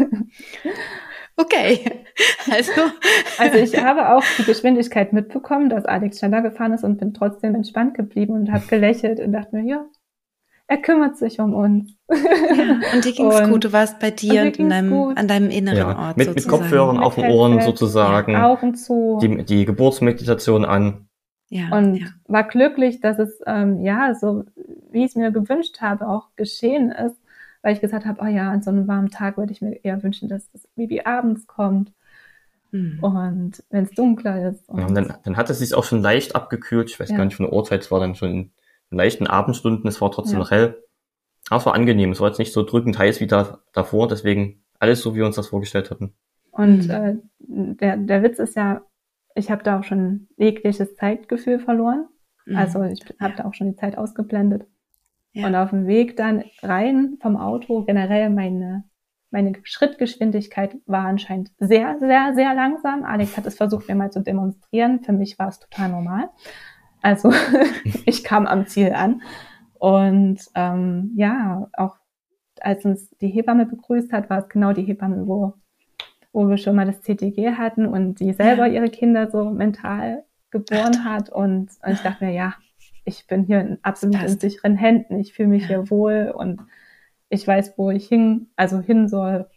Speaker 1: Okay, also,
Speaker 2: Also ich habe auch die Geschwindigkeit mitbekommen, dass Alex schneller gefahren ist und bin trotzdem entspannt geblieben und habe gelächelt und dachte mir, ja, er kümmert sich um uns.
Speaker 1: ja, und dir ging's
Speaker 2: Und-
Speaker 1: gut, du warst bei dir
Speaker 2: und mir
Speaker 1: und in
Speaker 2: ging's
Speaker 1: deinem,
Speaker 2: gut.
Speaker 1: an deinem inneren
Speaker 3: Ja,
Speaker 1: Ort
Speaker 3: mit, mit
Speaker 1: sozusagen.
Speaker 3: Kopfhörern auf den Ohren
Speaker 2: Headset,
Speaker 3: sozusagen,
Speaker 2: Augen zu.
Speaker 3: die, die Geburtsmeditation an.
Speaker 1: Ja,
Speaker 2: Und
Speaker 1: ja.
Speaker 2: war glücklich, dass es, ähm, ja, so wie ich es mir gewünscht habe, auch geschehen ist, weil ich gesagt habe, oh ja, an so einem warmen Tag würde ich mir eher wünschen, dass das Baby abends kommt
Speaker 1: Mhm.
Speaker 2: und wenn es dunkler ist. Und
Speaker 3: Ja, und dann, dann hat es sich auch schon leicht abgekühlt. Ich weiß
Speaker 2: Ja.
Speaker 3: gar nicht von der Uhrzeit, es war dann schon in leichten Abendstunden, es war trotzdem
Speaker 2: Ja.
Speaker 3: noch hell. Aber es war angenehm, es war jetzt nicht so drückend heiß wie da, davor, deswegen alles so, wie wir uns das vorgestellt hatten.
Speaker 2: Und
Speaker 1: Mhm.
Speaker 2: äh, der, der Witz ist ja, ich habe da auch schon jegliches Zeitgefühl verloren.
Speaker 1: Mhm.
Speaker 2: Also ich habe
Speaker 1: Ja.
Speaker 2: da auch schon die Zeit ausgeblendet.
Speaker 1: Ja.
Speaker 2: Und auf dem Weg dann rein vom Auto, generell meine, meine Schrittgeschwindigkeit war anscheinend sehr, sehr, sehr langsam. Alex hat es versucht, mir mal zu demonstrieren. Für mich war es total normal. Also ich kam am Ziel an. Und ähm, ja, auch als uns die Hebamme begrüßt hat, war es genau die Hebamme, wo, wo wir schon mal das C T G hatten und die selber
Speaker 1: Ja.
Speaker 2: ihre Kinder so mental geboren hat. Und, und ich dachte mir, ja, ich bin hier in absolut in
Speaker 1: passt.
Speaker 2: sicheren Händen. Ich fühle mich
Speaker 1: Ja.
Speaker 2: hier wohl und ich weiß, wo ich hin, also hin soll.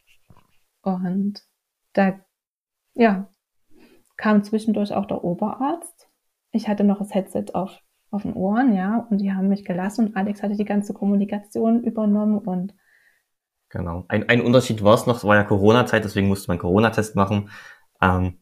Speaker 2: Und da, ja, kam zwischendurch auch der Oberarzt. Ich hatte noch das Headset auf, auf den Ohren, ja, und die haben mich gelassen und Alex hatte die ganze Kommunikation übernommen und
Speaker 3: Genau. Ein, ein Unterschied war es noch, es war ja Corona-Zeit, deswegen musste man einen Corona-Test machen. Ähm,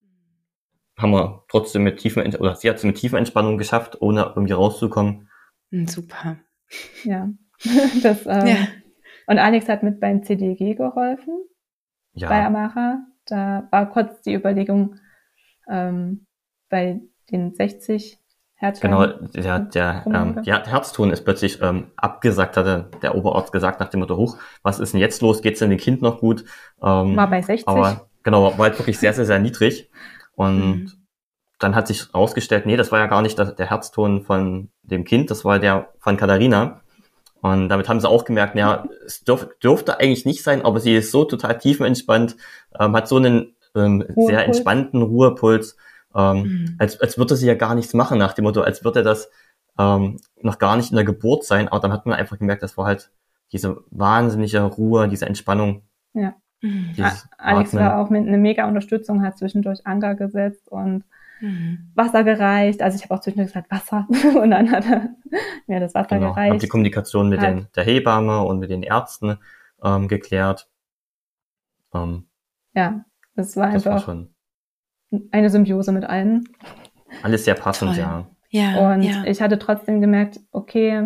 Speaker 3: haben wir trotzdem mit tiefen, oder sie hat es mit tiefen Entspannung geschafft, ohne irgendwie rauszukommen.
Speaker 1: Mhm, super.
Speaker 2: ja, das, ähm,
Speaker 1: Ja.
Speaker 2: und Alex hat mit beim C D G geholfen.
Speaker 3: Ja,
Speaker 2: Bei Amara. Da war kurz die Überlegung, ähm, bei den sechzig
Speaker 3: genau,
Speaker 2: Herzschlagen.
Speaker 3: der, der,
Speaker 2: Genau,
Speaker 3: ähm,
Speaker 2: oder?
Speaker 3: der Herzton ist plötzlich ähm, abgesagt, hatte der Oberarzt gesagt, nach dem Motto, huch, was ist denn jetzt los? Geht's denn dem Kind noch gut? Ähm,
Speaker 2: War bei sechzig.
Speaker 3: aber genau, war halt wirklich sehr, sehr, sehr niedrig. Und
Speaker 1: Mhm.
Speaker 3: dann hat sich herausgestellt, nee, das war ja gar nicht der, der Herzton von dem Kind, das war der von Katharina. Und damit haben sie auch gemerkt, ja, es dürf, dürfte eigentlich nicht sein, aber sie ist so total tiefenentspannt, ähm, hat so einen ähm, sehr entspannten Ruhepuls, ähm,
Speaker 1: Mhm.
Speaker 3: als, als würde sie ja gar nichts machen, nach dem Motto, als würde das ähm, noch gar nicht in der Geburt sein. Aber dann hat man einfach gemerkt, das war halt diese wahnsinnige Ruhe, diese Entspannung.
Speaker 2: Ja.
Speaker 3: Mhm.
Speaker 2: Alex war auch mit einer mega Unterstützung, hat zwischendurch Anker gesetzt und mhm. Wasser gereicht. Also ich habe auch zwischendurch gesagt, Wasser. Und dann hat er mir das Wasser genau. gereicht.
Speaker 3: Habe die Kommunikation mit halt. den, der Hebamme und mit den Ärzten ähm, geklärt. Ähm,
Speaker 2: ja, das war
Speaker 3: das
Speaker 2: einfach
Speaker 3: war schon
Speaker 2: eine Symbiose mit allen.
Speaker 3: Alles sehr passend,
Speaker 1: Toll.
Speaker 3: ja.
Speaker 2: Ja, und
Speaker 1: ja.
Speaker 2: ich hatte trotzdem gemerkt, okay,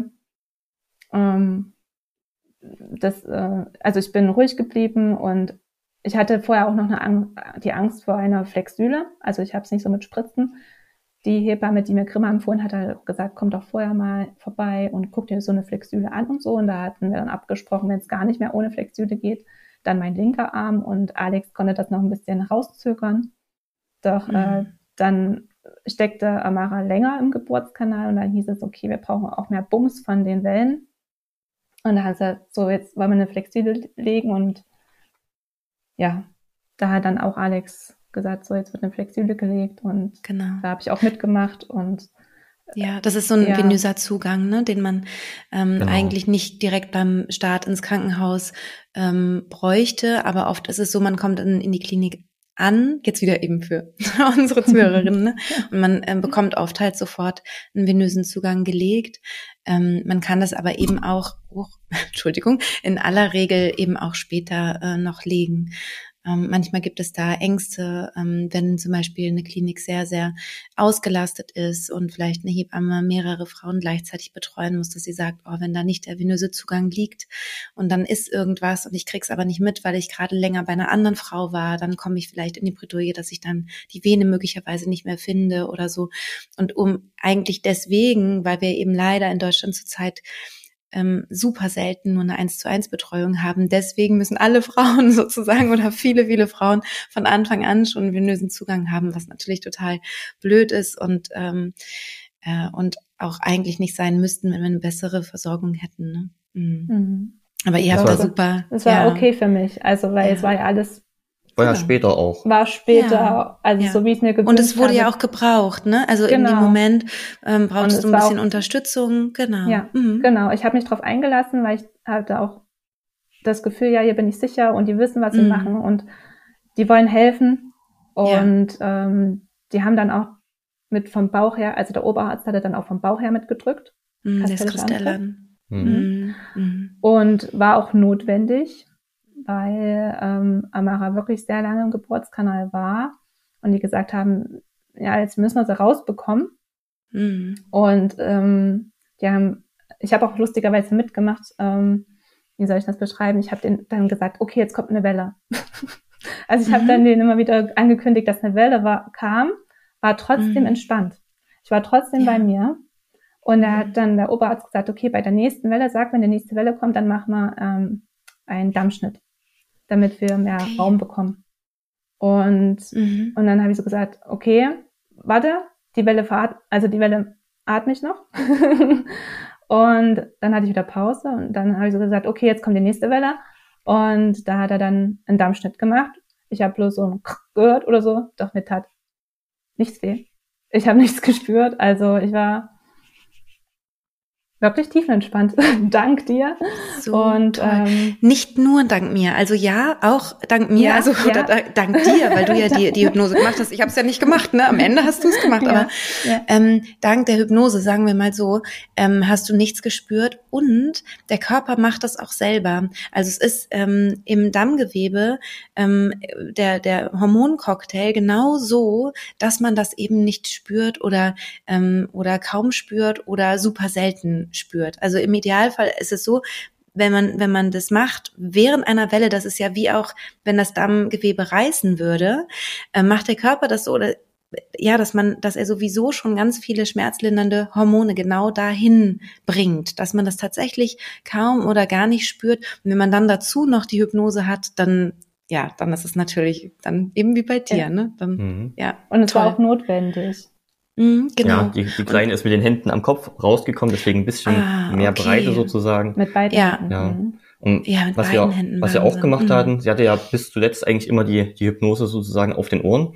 Speaker 2: ähm, das, äh, also ich bin ruhig geblieben und ich hatte vorher auch noch eine Ang- die Angst vor einer Flexüle. Also ich habe es nicht so mit Spritzen. Die Hebamme, die mir Grimme empfohlen hat, hat gesagt, komm doch vorher mal vorbei und guck dir so eine Flexüle an und so. Und da hatten wir dann abgesprochen, wenn es gar nicht mehr ohne Flexüle geht, dann mein linker Arm, und Alex konnte das noch ein bisschen rauszögern. Doch mhm. äh, dann steckte Amara länger im Geburtskanal und dann hieß es, okay, wir brauchen auch mehr Bums von den Wellen. Und da hat er gesagt, so, jetzt wollen wir eine Flexüle legen, und ja, da hat dann auch Alex gesagt, so, jetzt wird eine Flexüle gelegt, und
Speaker 1: genau.
Speaker 2: da habe ich auch mitgemacht. Und
Speaker 1: ja, das ist so ein ja. venöser Zugang, ne, den man ähm, genau. eigentlich nicht direkt beim Start ins Krankenhaus ähm, bräuchte, aber oft ist es so, man kommt in, in die Klinik an, jetzt wieder eben für unsere Zuhörerinnen, ne? Und man ähm, bekommt oft halt sofort einen venösen Zugang gelegt. Ähm, man kann das aber eben auch, oh, Entschuldigung, in aller Regel eben auch später äh, noch legen. Ähm, manchmal gibt es da Ängste, ähm, wenn zum Beispiel eine Klinik sehr, sehr ausgelastet ist und vielleicht eine Hebamme mehrere Frauen gleichzeitig betreuen muss, dass sie sagt, oh, wenn da nicht der venöse Zugang liegt und dann ist irgendwas und ich krieg's aber nicht mit, weil ich gerade länger bei einer anderen Frau war, dann komme ich vielleicht in die Bredouille, dass ich dann die Vene möglicherweise nicht mehr finde oder so. Und um eigentlich deswegen, weil wir eben leider in Deutschland zurzeit Ähm, super selten nur eine eins zu eins Betreuung haben. Deswegen müssen alle Frauen sozusagen oder viele, viele Frauen von Anfang an schon einen venösen Zugang haben, was natürlich total blöd ist und ähm, äh, und auch eigentlich nicht sein müssten, wenn wir eine bessere Versorgung hätten. Ne? Mhm. Mhm. Aber ihr habt da super...
Speaker 2: Das war ja. okay für mich, also weil ja. es war ja alles...
Speaker 3: War ja später auch.
Speaker 2: War später,
Speaker 1: ja,
Speaker 2: also
Speaker 1: ja.
Speaker 2: so wie es mir gewünscht habe.
Speaker 1: Und es wurde habe. ja auch gebraucht, ne? Also genau. in dem Moment ähm, brauchst du ein bisschen
Speaker 2: auch,
Speaker 1: Unterstützung, genau.
Speaker 2: Ja,
Speaker 1: mhm.
Speaker 2: genau. Ich habe mich drauf eingelassen, weil ich hatte auch das Gefühl, ja, hier bin ich sicher und die wissen, was sie mhm. machen und die wollen helfen. Und ja. ähm, die haben dann auch mit vom Bauch her, also der Oberarzt hatte dann auch vom Bauch her mitgedrückt.
Speaker 1: Mhm, das Kristellan.
Speaker 2: Mhm. Mhm. Und war auch notwendig, weil ähm, Amara wirklich sehr lange im Geburtskanal war und die gesagt haben, ja, jetzt müssen wir sie rausbekommen. Mhm. Und ähm, die haben, ich habe auch lustigerweise mitgemacht, ähm, wie soll ich das beschreiben? Ich habe denen dann gesagt, okay, jetzt kommt eine Welle. Also ich mhm. habe dann denen immer wieder angekündigt, dass eine Welle war, kam, war trotzdem mhm. entspannt. Ich war trotzdem ja. bei mir. Und da hat dann der Oberarzt gesagt, okay, bei der nächsten Welle, sag, wenn die nächste Welle kommt, dann machen wir ähm, einen Dammschnitt, damit wir mehr okay. Raum bekommen. Und, mhm. und dann habe ich so gesagt, okay, warte, die Welle fahrt, also die Welle atme ich noch. Und dann hatte ich wieder Pause und dann habe ich so gesagt, okay, jetzt kommt die nächste Welle. Und da hat er dann einen Dammschnitt gemacht. Ich habe bloß so ein gehört oder so, doch mir tat nichts weh. Ich habe nichts gespürt, also ich war wirklich tiefenentspannt. Dank dir.
Speaker 1: So
Speaker 2: und
Speaker 1: toll.
Speaker 2: Ähm,
Speaker 1: nicht nur dank mir, also ja, auch dank mir,
Speaker 2: ja,
Speaker 1: also
Speaker 2: ja.
Speaker 1: oder da, dank dir, weil du ja die, die Hypnose gemacht hast. Ich habe es ja nicht gemacht, ne? Am Ende hast du es gemacht,
Speaker 2: ja,
Speaker 1: aber
Speaker 2: ja.
Speaker 1: Ähm, dank der Hypnose, sagen wir mal so, ähm, hast du nichts gespürt und der Körper macht das auch selber. Also es ist ähm, im Dammgewebe ähm, der der Hormoncocktail genau so, dass man das eben nicht spürt oder ähm, oder kaum spürt oder super selten spürt. Also im Idealfall ist es so, wenn man wenn man das macht während einer Welle, das ist ja wie auch, wenn das Dammgewebe reißen würde, äh, macht der Körper das so, oder ja, dass man, dass er sowieso schon ganz viele schmerzlindernde Hormone genau dahin bringt, dass man das tatsächlich kaum oder gar nicht spürt. Und wenn man dann dazu noch die Hypnose hat, dann ja, dann ist es natürlich dann eben wie bei dir,
Speaker 2: ja.
Speaker 1: ne? Dann,
Speaker 3: mhm.
Speaker 1: ja,
Speaker 2: und es
Speaker 1: toll.
Speaker 2: war auch notwendig.
Speaker 1: Mhm, genau.
Speaker 3: Ja, die, die Kleine ist mit den Händen am Kopf rausgekommen, deswegen ein bisschen
Speaker 1: ah,
Speaker 3: mehr
Speaker 1: okay.
Speaker 3: Breite sozusagen.
Speaker 2: Mit beiden
Speaker 1: ja.
Speaker 2: Händen.
Speaker 3: Ja. Und
Speaker 1: ja, mit
Speaker 3: was
Speaker 1: beiden
Speaker 3: wir,
Speaker 1: Händen.
Speaker 3: was wir auch gemacht
Speaker 1: mhm.
Speaker 3: hatten, sie hatte ja bis zuletzt eigentlich immer die, die Hypnose sozusagen auf den Ohren.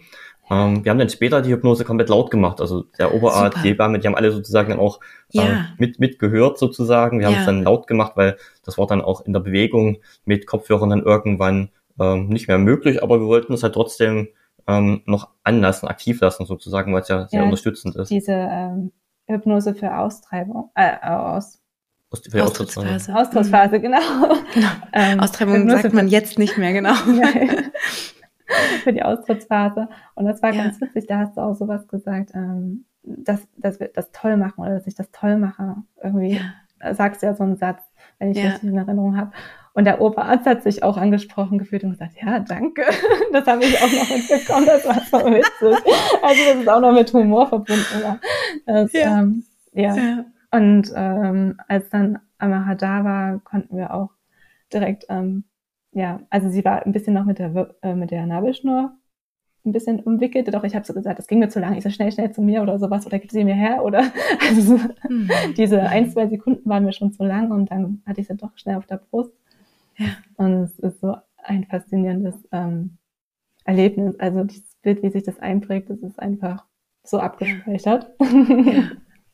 Speaker 3: Ähm, wir haben dann später die Hypnose komplett laut gemacht. Also der Oberarzt,
Speaker 1: Super.
Speaker 3: die Hebamme, die haben alle sozusagen dann auch
Speaker 1: Ja.
Speaker 3: äh, mit mitgehört sozusagen. Wir haben
Speaker 1: Ja.
Speaker 3: es dann laut gemacht, weil das war dann auch in der Bewegung mit Kopfhörern dann irgendwann ähm, nicht mehr möglich. Aber wir wollten es halt trotzdem ähm, noch anlassen, aktiv lassen sozusagen, weil es ja sehr
Speaker 2: Ja,
Speaker 3: unterstützend ist.
Speaker 2: Diese ähm, Hypnose für Austreibung, äh, aus
Speaker 3: Aus, für die
Speaker 1: Austrittsphase.
Speaker 2: Austrittsphase,
Speaker 1: Mhm.
Speaker 2: genau.
Speaker 1: Genau.
Speaker 2: Ähm,
Speaker 1: Austreibung
Speaker 2: Hypnose
Speaker 1: sagt man jetzt nicht mehr, genau.
Speaker 2: für, für die Austrittsphase. Und das war
Speaker 1: Ja.
Speaker 2: ganz witzig, da hast du auch sowas gesagt, ähm, dass, dass wir das toll machen oder dass ich das toll mache. Irgendwie
Speaker 1: Ja.
Speaker 2: sagst du ja so einen Satz, wenn ich
Speaker 1: Ja.
Speaker 2: richtig in Erinnerung habe. Und der Oberarzt hat sich auch angesprochen gefühlt und gesagt, ja, danke. Das habe ich auch noch mitbekommen, das war so witzig. Also das ist auch noch mit Humor verbunden war. Das,
Speaker 1: Ja.
Speaker 2: Ähm, ja.
Speaker 1: Ja.
Speaker 2: Und ähm, als dann Amara da war, konnten wir auch direkt, ähm, ja, also sie war ein bisschen noch mit der Wir- äh, mit der Nabelschnur ein bisschen umwickelt, doch ich habe so gesagt, das ging mir zu lang, ich so schnell, schnell zu mir oder sowas, oder gib sie mir her, oder also so,
Speaker 1: Mhm.
Speaker 2: diese ein, zwei Sekunden waren mir schon zu lang und dann hatte ich sie doch schnell auf der Brust.
Speaker 1: Ja.
Speaker 2: Und es ist so ein faszinierendes ähm, Erlebnis, also dieses Bild, wie sich das einprägt, das ist einfach so abgespeichert.
Speaker 1: Ja.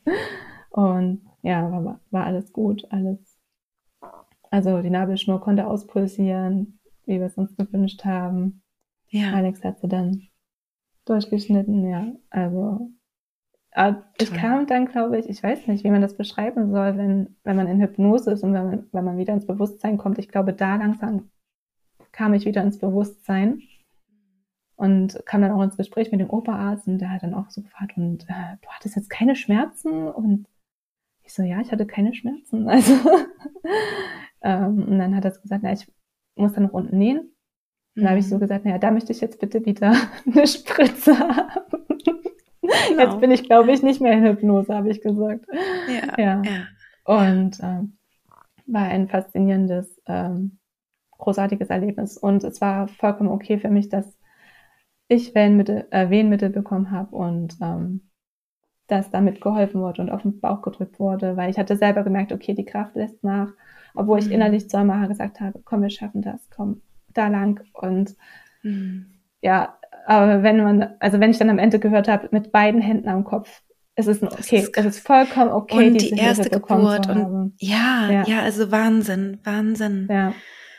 Speaker 2: Und ja, war, war alles gut, alles. Also die Nabelschnur konnte auspulsieren, wie wir es uns gewünscht haben.
Speaker 1: Ja.
Speaker 2: Alex hat sie dann durchgeschnitten, ja. Also äh, ich
Speaker 1: Toll.
Speaker 2: kam dann, glaube ich, ich weiß nicht, wie man das beschreiben soll, wenn, wenn man in Hypnose ist und wenn man, wenn man wieder ins Bewusstsein kommt. Ich glaube, da langsam kam ich wieder ins Bewusstsein und kam dann auch ins Gespräch mit dem Oberarzt und der hat dann auch so gefragt, und äh, du hattest jetzt keine Schmerzen? Und ich so, ja, ich hatte keine Schmerzen. Also ähm, und dann hat er so gesagt, na, ich muss dann noch unten nähen. Und dann habe ich so gesagt, naja, da möchte ich jetzt bitte wieder eine Spritze haben.
Speaker 1: Genau.
Speaker 2: Jetzt bin ich, glaube ich, nicht mehr in Hypnose, habe ich gesagt.
Speaker 1: Ja.
Speaker 2: Ja.
Speaker 1: Ja.
Speaker 2: Und ähm, war ein faszinierendes, ähm, großartiges Erlebnis. Und es war vollkommen okay für mich, dass ich Wehenmittel, äh, Wehenmittel bekommen habe und ähm, dass damit geholfen wurde und auf den Bauch gedrückt wurde, weil ich hatte selber gemerkt, okay, die Kraft lässt nach, obwohl ich
Speaker 1: Mhm.
Speaker 2: innerlich zu Amara gesagt habe, komm, wir schaffen das, komm, da lang. Und
Speaker 1: Mhm.
Speaker 2: ja, aber wenn man, also wenn ich dann am Ende gehört habe, mit beiden Händen am Kopf, es ist ein okay,
Speaker 1: ist
Speaker 2: es ist vollkommen okay,
Speaker 1: Und
Speaker 2: diese
Speaker 1: die erste
Speaker 2: Hilfe bekommen
Speaker 1: Geburt
Speaker 2: zu
Speaker 1: und
Speaker 2: haben.
Speaker 1: ja,
Speaker 2: Ja.
Speaker 1: ja, also Wahnsinn, Wahnsinn.
Speaker 2: Ja,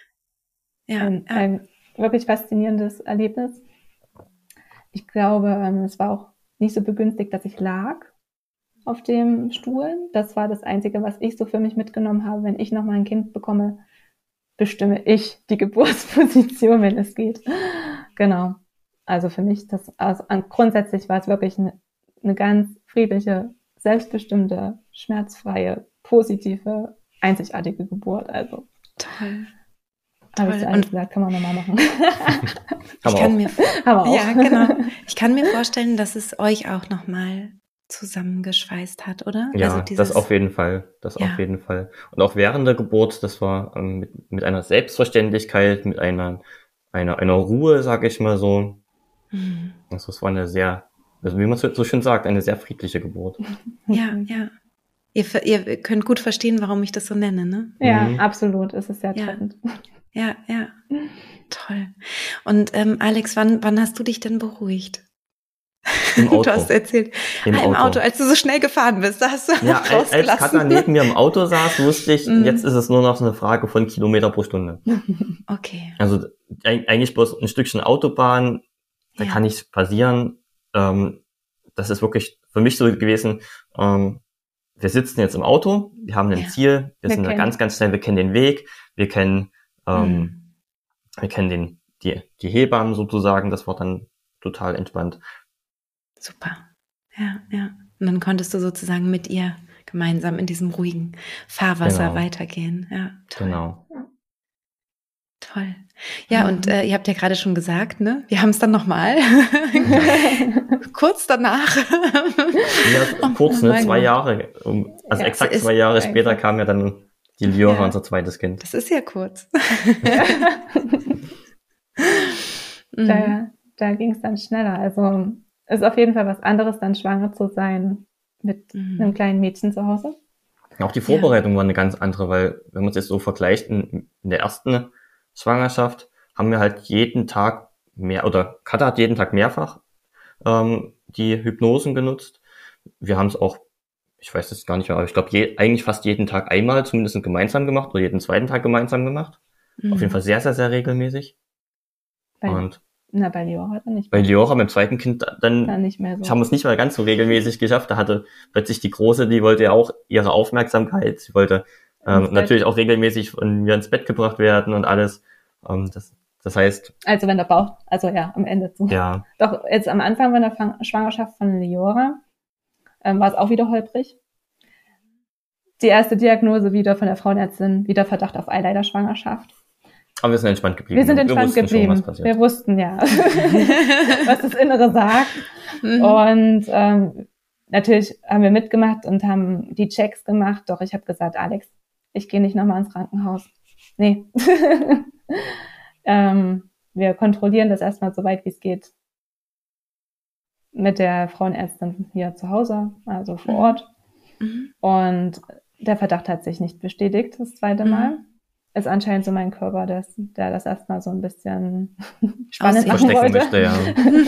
Speaker 1: Ja,
Speaker 2: ein,
Speaker 1: ja.
Speaker 2: ein wirklich faszinierendes Erlebnis. Ich glaube, ähm, es war auch nicht so begünstigt, dass ich lag auf dem Stuhl. Das war das Einzige, was ich so für mich mitgenommen habe. Wenn ich nochmal ein Kind bekomme, bestimme ich die Geburtsposition, wenn es geht. Genau. Also für mich, das, also grundsätzlich war es wirklich eine, eine ganz friedliche, selbstbestimmte, schmerzfreie, positive, einzigartige Geburt. Also
Speaker 1: Toll.
Speaker 2: habe ich
Speaker 1: Toll.
Speaker 2: so alles gesagt, kann man nochmal machen.
Speaker 1: Ich kann mir,
Speaker 2: Aber auch.
Speaker 1: ja, genau. Ich kann mir vorstellen, dass es euch auch nochmal zusammengeschweißt hat, oder?
Speaker 3: Ja,
Speaker 1: also dieses,
Speaker 3: das auf jeden Fall, das
Speaker 1: Ja.
Speaker 3: auf jeden Fall. Und auch während der Geburt, das war ähm, mit, mit einer Selbstverständlichkeit, mit einer, einer, einer Ruhe, sag ich mal so.
Speaker 1: Mhm.
Speaker 3: Also es war eine sehr, also wie man so so schön sagt, eine sehr friedliche Geburt.
Speaker 1: Ja, ja. Ihr, ver- ihr könnt gut verstehen, warum ich das so nenne, ne?
Speaker 2: Ja,
Speaker 3: Mhm.
Speaker 2: absolut. Es ist sehr
Speaker 1: Ja.
Speaker 2: treffend.
Speaker 1: Ja, ja. Toll. Und ähm, Alex, wann, wann hast du dich denn beruhigt?
Speaker 3: Im Auto.
Speaker 1: Du hast erzählt,
Speaker 3: Im
Speaker 1: ah, im
Speaker 3: Auto.
Speaker 1: Auto, als du so schnell gefahren bist, da hast du
Speaker 3: Ja, als, als
Speaker 1: rausgelassen.
Speaker 3: Katha neben mir im Auto saß, wusste ich,
Speaker 1: Mhm.
Speaker 3: jetzt ist es nur noch eine Frage von Kilometer pro Stunde.
Speaker 1: Okay.
Speaker 3: Also eig- eigentlich bloß ein Stückchen Autobahn, da
Speaker 1: Ja.
Speaker 3: kann nichts passieren. Ähm, das ist wirklich für mich so gewesen, ähm, wir sitzen jetzt im Auto, wir haben ein
Speaker 1: Ja.
Speaker 3: Ziel, wir,
Speaker 2: Wir
Speaker 3: sind da
Speaker 2: kennen-
Speaker 3: ganz, ganz schnell, wir kennen den Weg, wir kennen, ähm,
Speaker 1: Mhm.
Speaker 3: wir kennen den, die, die Hebammen sozusagen, das war dann total entspannt.
Speaker 1: Super. Ja, ja. Und dann konntest du sozusagen mit ihr gemeinsam in diesem ruhigen Fahrwasser
Speaker 3: Genau.
Speaker 1: weitergehen. Ja, toll.
Speaker 3: Genau.
Speaker 1: Toll. Ja,
Speaker 2: Mhm.
Speaker 1: und äh, ihr habt ja gerade schon gesagt, ne? Wir haben es dann nochmal. Kurz danach.
Speaker 3: Ja, kurz, ne,
Speaker 1: mein
Speaker 3: zwei
Speaker 1: Gott.
Speaker 3: Jahre, um, also
Speaker 2: Ja,
Speaker 3: exakt
Speaker 1: es ist
Speaker 3: zwei Jahre
Speaker 2: einfach-
Speaker 3: später kam ja dann die Liora,
Speaker 1: Ja.
Speaker 3: unser zweites Kind.
Speaker 1: Das ist ja kurz. Mhm.
Speaker 2: Da, da ging es dann schneller. Also ist auf jeden Fall was anderes, dann schwanger zu sein mit
Speaker 1: Mhm.
Speaker 2: einem kleinen Mädchen zu Hause.
Speaker 3: Auch die Vorbereitung war eine ganz andere, weil wenn man es jetzt so vergleicht, in, in der ersten Schwangerschaft haben wir halt jeden Tag mehr, oder Katha hat jeden Tag mehrfach ähm, die Hypnosen genutzt. Wir haben es auch, ich weiß es gar nicht mehr, aber ich glaube je, eigentlich fast jeden Tag einmal zumindest gemeinsam gemacht oder jeden zweiten Tag gemeinsam gemacht. Mhm. Auf jeden Fall sehr, sehr, sehr regelmäßig.
Speaker 2: Bei,
Speaker 3: und
Speaker 2: na, bei Liora dann nicht
Speaker 3: bei
Speaker 2: mehr.
Speaker 3: Liora, beim zweiten Kind, dann,
Speaker 2: dann nicht mehr so.
Speaker 3: haben wir es nicht mal ganz so regelmäßig geschafft. Da hatte plötzlich die Große, die wollte ja auch ihre Aufmerksamkeit, sie wollte ähm, natürlich auch regelmäßig von mir ins Bett gebracht werden und alles. Ähm, das, das heißt...
Speaker 2: Also wenn der Bauch, also ja, am Ende so.
Speaker 3: Ja.
Speaker 2: Doch jetzt am Anfang von der Fang- Schwangerschaft von Liora ähm, war es auch wieder holprig. Die erste Diagnose wieder von der Frauenärztin, wieder Verdacht auf Eileiterschwangerschaft.
Speaker 3: Aber wir sind entspannt geblieben.
Speaker 2: Wir sind entspannt
Speaker 3: wir
Speaker 2: geblieben.
Speaker 3: Schon, was
Speaker 2: wir wussten ja, was das Innere sagt. Mhm. Und ähm, natürlich haben wir mitgemacht und haben die Checks gemacht. Doch ich habe gesagt, Alex, ich gehe nicht nochmal ins Krankenhaus. Nee. ähm, wir kontrollieren das erstmal so weit, wie es geht, mit der Frauenärztin hier zu Hause, also vor Ort. Mhm. Und der Verdacht hat sich nicht bestätigt, das zweite Mal. Mhm. Ist anscheinend so mein Körper, das, der das erstmal so ein bisschen spannend machen wollte. Möchte, ja.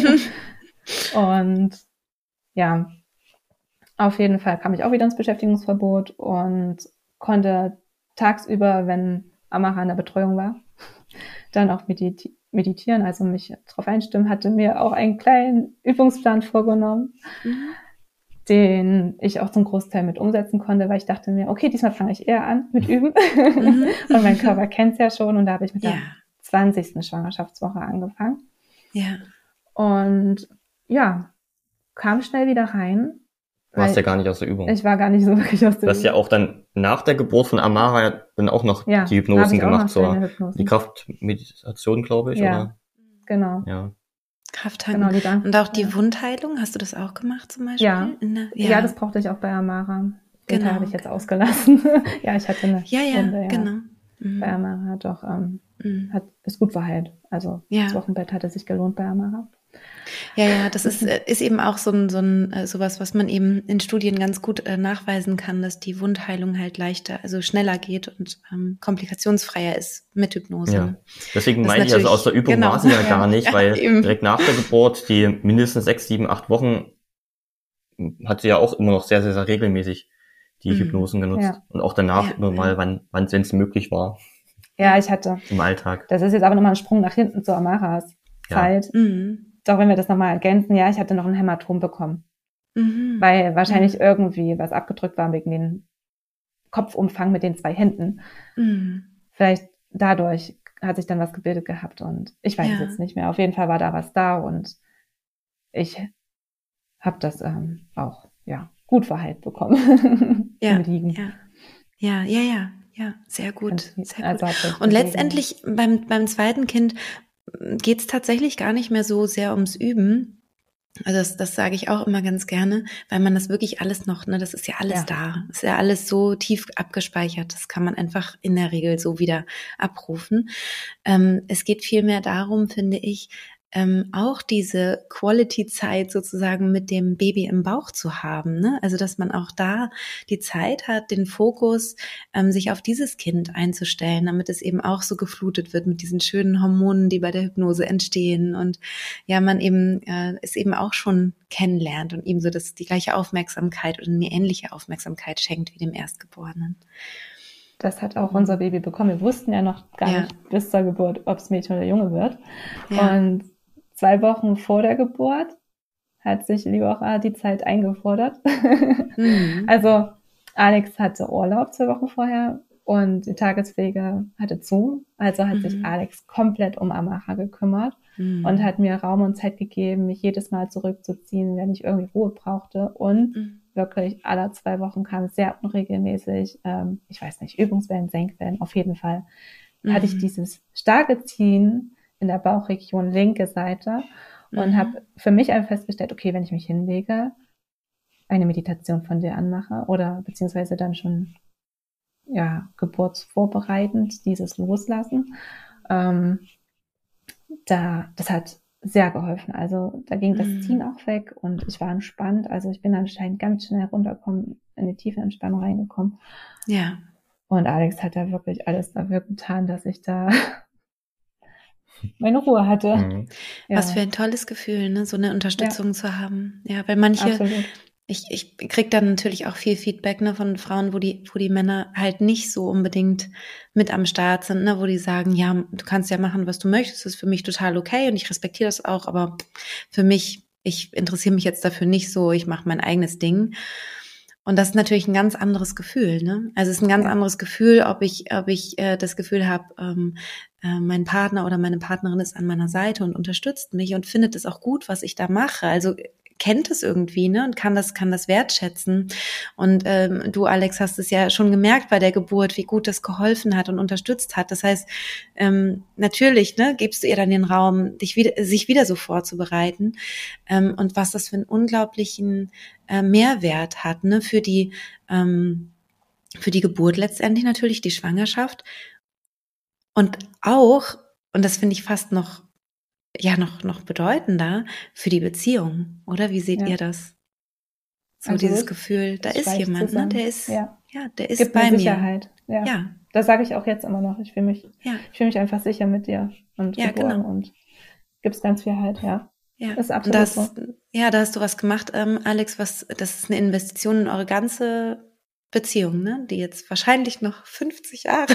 Speaker 2: Und ja, auf jeden Fall kam ich auch wieder ins Beschäftigungsverbot und konnte tagsüber, wenn Amara in der Betreuung war, dann auch mediti- meditieren, also mich darauf einstimmen, hatte mir auch einen kleinen Übungsplan vorgenommen, mhm. den ich auch zum Großteil mit umsetzen konnte, weil ich dachte mir, okay, diesmal fange ich eher an mit Üben. Mhm. Und mein Körper kennt es ja schon und da habe ich mit ja. der zwanzigsten Schwangerschaftswoche angefangen.
Speaker 1: Ja.
Speaker 2: Und ja, kam schnell wieder rein.
Speaker 3: Du warst ja gar nicht aus der Übung.
Speaker 2: Ich war gar nicht so wirklich aus der Übung.
Speaker 3: Du hast ja auch dann nach der Geburt von Amara dann auch noch ja, die Hypnosen gemacht, so die Kraftmeditation, glaube ich,
Speaker 2: ja,
Speaker 3: oder?
Speaker 2: Genau.
Speaker 3: Ja.
Speaker 1: Krafttanken. Genau, und auch die ja. Wundheilung, hast du das auch gemacht zum Beispiel?
Speaker 2: Ja,
Speaker 1: der,
Speaker 2: ja. ja das brauchte ich auch bei Amara. Den genau. Teil habe ich jetzt ausgelassen. ja, ich hatte eine
Speaker 1: ja, ja, Wunde, ja. genau.
Speaker 2: Mhm. Bei Amara doch, ähm, mhm. hat, ist gut verheilt. Also ja. das Wochenbett hatte sich gelohnt bei Amara.
Speaker 1: Ja, ja, das ist, ist eben auch so ein, so ein, sowas, was man eben in Studien ganz gut äh, nachweisen kann, dass die Wundheilung halt leichter, also schneller geht und ähm, komplikationsfreier ist mit Hypnose.
Speaker 3: Ja. Deswegen meine ich, also aus der Übung genau. war sie ja gar nicht, ja, weil eben. direkt nach der Geburt, die mindestens sechs, sieben, acht Wochen, hat sie ja auch immer noch sehr, sehr, sehr regelmäßig die mhm. Hypnosen genutzt. Ja. Und auch danach ja. immer mal, wann, wann wenn es möglich war.
Speaker 2: Ja, ich hatte.
Speaker 3: Im Alltag.
Speaker 2: Das ist jetzt aber nochmal ein Sprung nach hinten zu Amaras Zeit.
Speaker 1: Ja. Mhm.
Speaker 2: Doch wenn wir das nochmal ergänzen, ja, ich hatte noch ein Hämatom bekommen. Mhm. Weil wahrscheinlich mhm. irgendwie was abgedrückt war wegen dem Kopfumfang mit den zwei Händen. Mhm. Vielleicht dadurch hat sich dann was gebildet gehabt und ich weiß ja. es jetzt nicht mehr. Auf jeden Fall war da was da und ich habe das ähm, auch ja gut verheilt bekommen.
Speaker 1: Ja,
Speaker 2: im Liegen.
Speaker 1: ja, ja, ja, ja, ja, sehr gut. Sehr
Speaker 2: also
Speaker 1: gut. Und letztendlich beim beim zweiten Kind geht es tatsächlich gar nicht mehr so sehr ums Üben. Also das, das sage ich auch immer ganz gerne, weil man das wirklich alles noch, ne, das ist ja alles ja. da, das ist ja alles so tief abgespeichert, das kann man einfach in der Regel so wieder abrufen. Ähm, es geht vielmehr darum, finde ich, ähm, auch diese Quality-Zeit sozusagen mit dem Baby im Bauch zu haben, ne? Also dass man auch da die Zeit hat, den Fokus, ähm, sich auf dieses Kind einzustellen, damit es eben auch so geflutet wird mit diesen schönen Hormonen, die bei der Hypnose entstehen und ja, man eben äh, es eben auch schon kennenlernt und ihm so das die gleiche Aufmerksamkeit oder eine ähnliche Aufmerksamkeit schenkt wie dem Erstgeborenen.
Speaker 2: Das hat auch unser Baby bekommen. Wir wussten ja noch gar ja. nicht bis zur Geburt, ob es Mädchen oder Junge wird. Ja. Und zwei Wochen vor der Geburt hat sich Liora die Zeit eingefordert. Mhm. Also Alex hatte Urlaub zwei Wochen vorher und die Tagespflege hatte zu. Also hat mhm. sich Alex komplett um Amara gekümmert mhm. und hat mir Raum und Zeit gegeben, mich jedes Mal zurückzuziehen, wenn ich irgendwie Ruhe brauchte. Und mhm. wirklich alle zwei Wochen kam es sehr unregelmäßig, ähm, ich weiß nicht, Übungswellen, Senkwellen, auf jeden Fall mhm. hatte ich dieses starke Ziehen in der Bauchregion linke Seite und mhm. habe für mich einfach festgestellt, okay, wenn ich mich hinlege, eine Meditation von dir anmache oder beziehungsweise dann schon ja geburtsvorbereitend dieses Loslassen, ähm, da das hat sehr geholfen. Also da ging das mhm. Ziehen auch weg und ich war entspannt. Also ich bin anscheinend ganz schnell runtergekommen, in eine tiefe Entspannung reingekommen.
Speaker 1: Ja.
Speaker 2: Und Alex hat da wirklich alles dafür getan, dass ich da meine Ruhe hatte.
Speaker 3: Mhm.
Speaker 1: Ja. Was für ein tolles Gefühl, ne, so eine Unterstützung ja. zu haben. Ja, weil manche, Absolut. ich ich krieg dann natürlich auch viel Feedback, ne, von Frauen, wo die wo die Männer halt nicht so unbedingt mit am Start sind, ne, wo die sagen, ja, du kannst ja machen, was du möchtest, das ist für mich total okay und ich respektiere das auch, aber für mich, ich interessiere mich jetzt dafür nicht so, ich mache mein eigenes Ding. Und das ist natürlich ein ganz anderes Gefühl, ne? Also es ist ein ganz ja. anderes Gefühl, ob ich, ob ich äh, das Gefühl habe, ähm, äh, mein Partner oder meine Partnerin ist an meiner Seite und unterstützt mich und findet es auch gut, was ich da mache. Also kennt es irgendwie, ne, und kann das, kann das wertschätzen. Und ähm, du, Alex, hast es ja schon gemerkt bei der Geburt, wie gut das geholfen hat und unterstützt hat. Das heißt, ähm, natürlich, ne, gibst du ihr dann den Raum, dich wieder, sich wieder so vorzubereiten. Ähm, und was das für einen unglaublichen äh, Mehrwert hat, ne, für die, ähm, für die Geburt letztendlich natürlich, die Schwangerschaft. Und auch, und das finde ich fast noch ja noch noch bedeutender für die Beziehung, oder? Wie seht ja. ihr das? So also dieses Gefühl, da ist jemand, ne? Der ist, ja, ja der ist
Speaker 2: Gibt
Speaker 1: bei
Speaker 2: mir
Speaker 1: mir.
Speaker 2: Sicherheit. Ja. ja. Das sage ich auch jetzt immer noch. Ich fühle mich, ja. ich fühle mich einfach sicher mit dir und
Speaker 1: ja,
Speaker 2: geborgen
Speaker 1: genau.
Speaker 2: und gibt's ganz viel Halt, ja.
Speaker 1: Ja,
Speaker 2: das ist absolut
Speaker 1: das,
Speaker 2: so.
Speaker 1: Ja, da hast du was gemacht, ähm, Alex, was, das ist eine Investition in eure ganze Beziehung, ne? Die jetzt wahrscheinlich noch fünfzig Jahre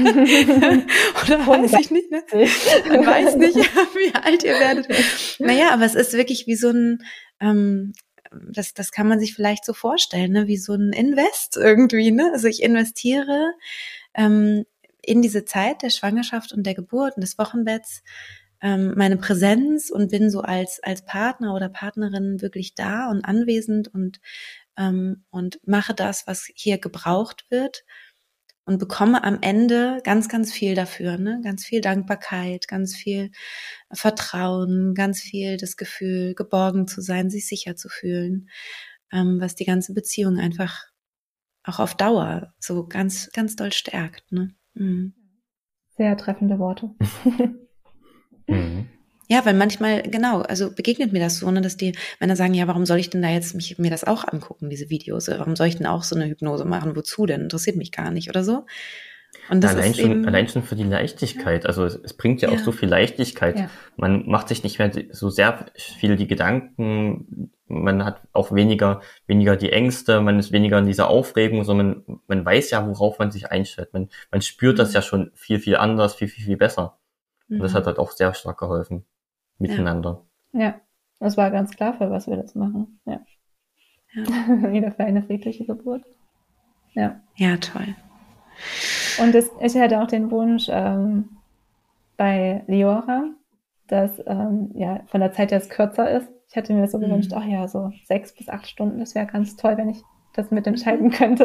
Speaker 1: oder weiß ich nicht, ne? Man weiß nicht, wie alt ihr werdet. Naja, aber es ist wirklich wie so ein, ähm, das, das kann man sich vielleicht so vorstellen, ne? Wie so ein Invest irgendwie, ne? Also ich investiere ähm, in diese Zeit der Schwangerschaft und der Geburt und des Wochenbetts ähm, meine Präsenz und bin so als als Partner oder Partnerin wirklich da und anwesend und ähm, und mache das, was hier gebraucht wird und bekomme am Ende ganz, ganz viel dafür, ne? Ganz viel Dankbarkeit, ganz viel Vertrauen, ganz viel das Gefühl, geborgen zu sein, sich sicher zu fühlen, ähm, was die ganze Beziehung einfach auch auf Dauer so ganz, ganz doll stärkt, ne? Mhm.
Speaker 2: Sehr treffende Worte.
Speaker 3: Mhm.
Speaker 1: Ja, weil manchmal, genau, also begegnet mir das so, ne, dass die Männer sagen, ja, warum soll ich denn da jetzt mich, mir das auch angucken, diese Videos? Warum soll ich denn auch so eine Hypnose machen? Wozu denn? Interessiert mich gar nicht oder so. Und das
Speaker 3: allein
Speaker 1: ist
Speaker 3: schon,
Speaker 1: eben,
Speaker 3: allein schon für die Leichtigkeit. Also es, es bringt ja, ja auch so viel Leichtigkeit. Ja. Man macht sich nicht mehr so sehr viel die Gedanken. Man hat auch weniger, weniger die Ängste. Man ist weniger in dieser Aufregung, sondern man, man weiß ja, worauf man sich einstellt. Man, man spürt mhm. das ja schon viel, viel anders, viel, viel, viel besser. Und mhm. das hat halt auch sehr stark geholfen. Miteinander.
Speaker 2: Ja. ja, das war ganz klar, für was wir das machen. Ja. ja. Wieder für eine friedliche Geburt. Ja.
Speaker 1: Ja, toll.
Speaker 2: Und es, ich hatte auch den Wunsch ähm, bei Leora, dass ähm, ja von der Zeit jetzt kürzer ist. Ich hatte mir so mhm. gewünscht, ach ja, so sechs bis acht Stunden, das wäre ganz toll, wenn ich das mitentscheiden könnte.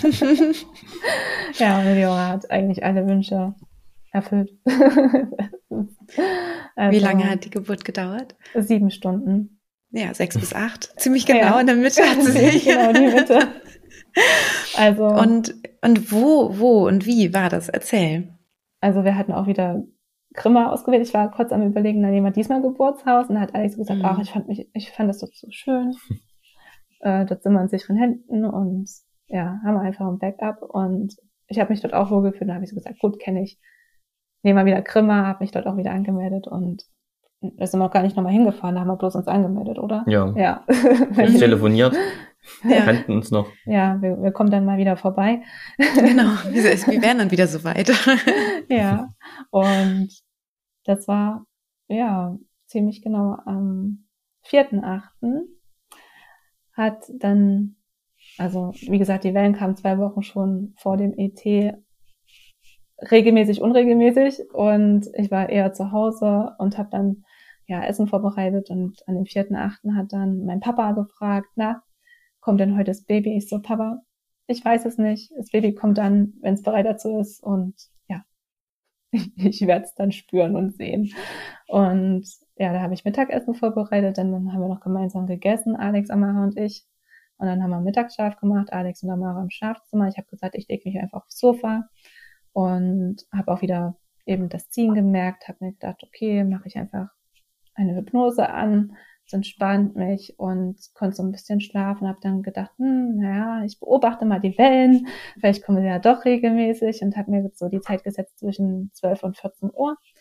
Speaker 2: Ja, und Leora hat eigentlich alle Wünsche erfüllt.
Speaker 1: Also, wie lange hat die Geburt gedauert?
Speaker 2: Sieben Stunden.
Speaker 1: Ja, sechs bis acht. Ziemlich genau, ja. In der Mitte hat sie sich.
Speaker 2: Genau, die Mitte. Also.
Speaker 1: Und, und wo, wo und wie war das? Erzähl.
Speaker 2: Also wir hatten auch wieder Grimma ausgewählt. Ich war kurz am Überlegen, dann nehmen wir diesmal Geburtshaus. Und dann hat Alex gesagt, mhm. ach, ich fand mich, ich fand das so, so schön. äh, dort sind wir in sicheren Händen und ja, haben wir einfach ein Backup. Und ich habe mich dort auch wohlgefühlt. Da habe ich so gesagt, gut, kenne ich. Nehmen wir wieder Grimma, habe mich dort auch wieder angemeldet und da sind wir auch gar nicht nochmal hingefahren, da haben wir bloß uns angemeldet, oder?
Speaker 3: Ja.
Speaker 2: Ja.
Speaker 3: Wir telefoniert, wir
Speaker 2: ja.
Speaker 3: kannten uns noch.
Speaker 2: Ja, wir, wir kommen dann mal wieder vorbei.
Speaker 1: Genau, wir wären dann wieder so weit.
Speaker 2: Ja, und das war, ja, ziemlich genau am vierten achten hat dann, also wie gesagt, die Wellen kamen zwei Wochen schon vor dem E T regelmäßig, unregelmäßig und ich war eher zu Hause und habe dann ja Essen vorbereitet und an dem vierten achten hat dann mein Papa gefragt, na, kommt denn heute das Baby? Ich so, Papa, ich weiß es nicht. Das Baby kommt dann, wenn es bereit dazu ist und ja, ich werde es dann spüren und sehen. Und ja, da habe ich Mittagessen vorbereitet, dann, dann haben wir noch gemeinsam gegessen, Alex, Amara und ich. Und dann haben wir Mittagsschlaf gemacht, Alex und Amara im Schlafzimmer. Ich habe gesagt, ich lege mich einfach aufs Sofa. Und habe auch wieder eben das Ziehen gemerkt, habe mir gedacht, okay, mache ich einfach eine Hypnose an, es entspannt mich und konnte so ein bisschen schlafen, habe dann gedacht, hm, naja, ich beobachte mal die Wellen, vielleicht kommen sie ja doch regelmäßig und habe mir so die Zeit gesetzt zwischen zwölf und vierzehn Uhr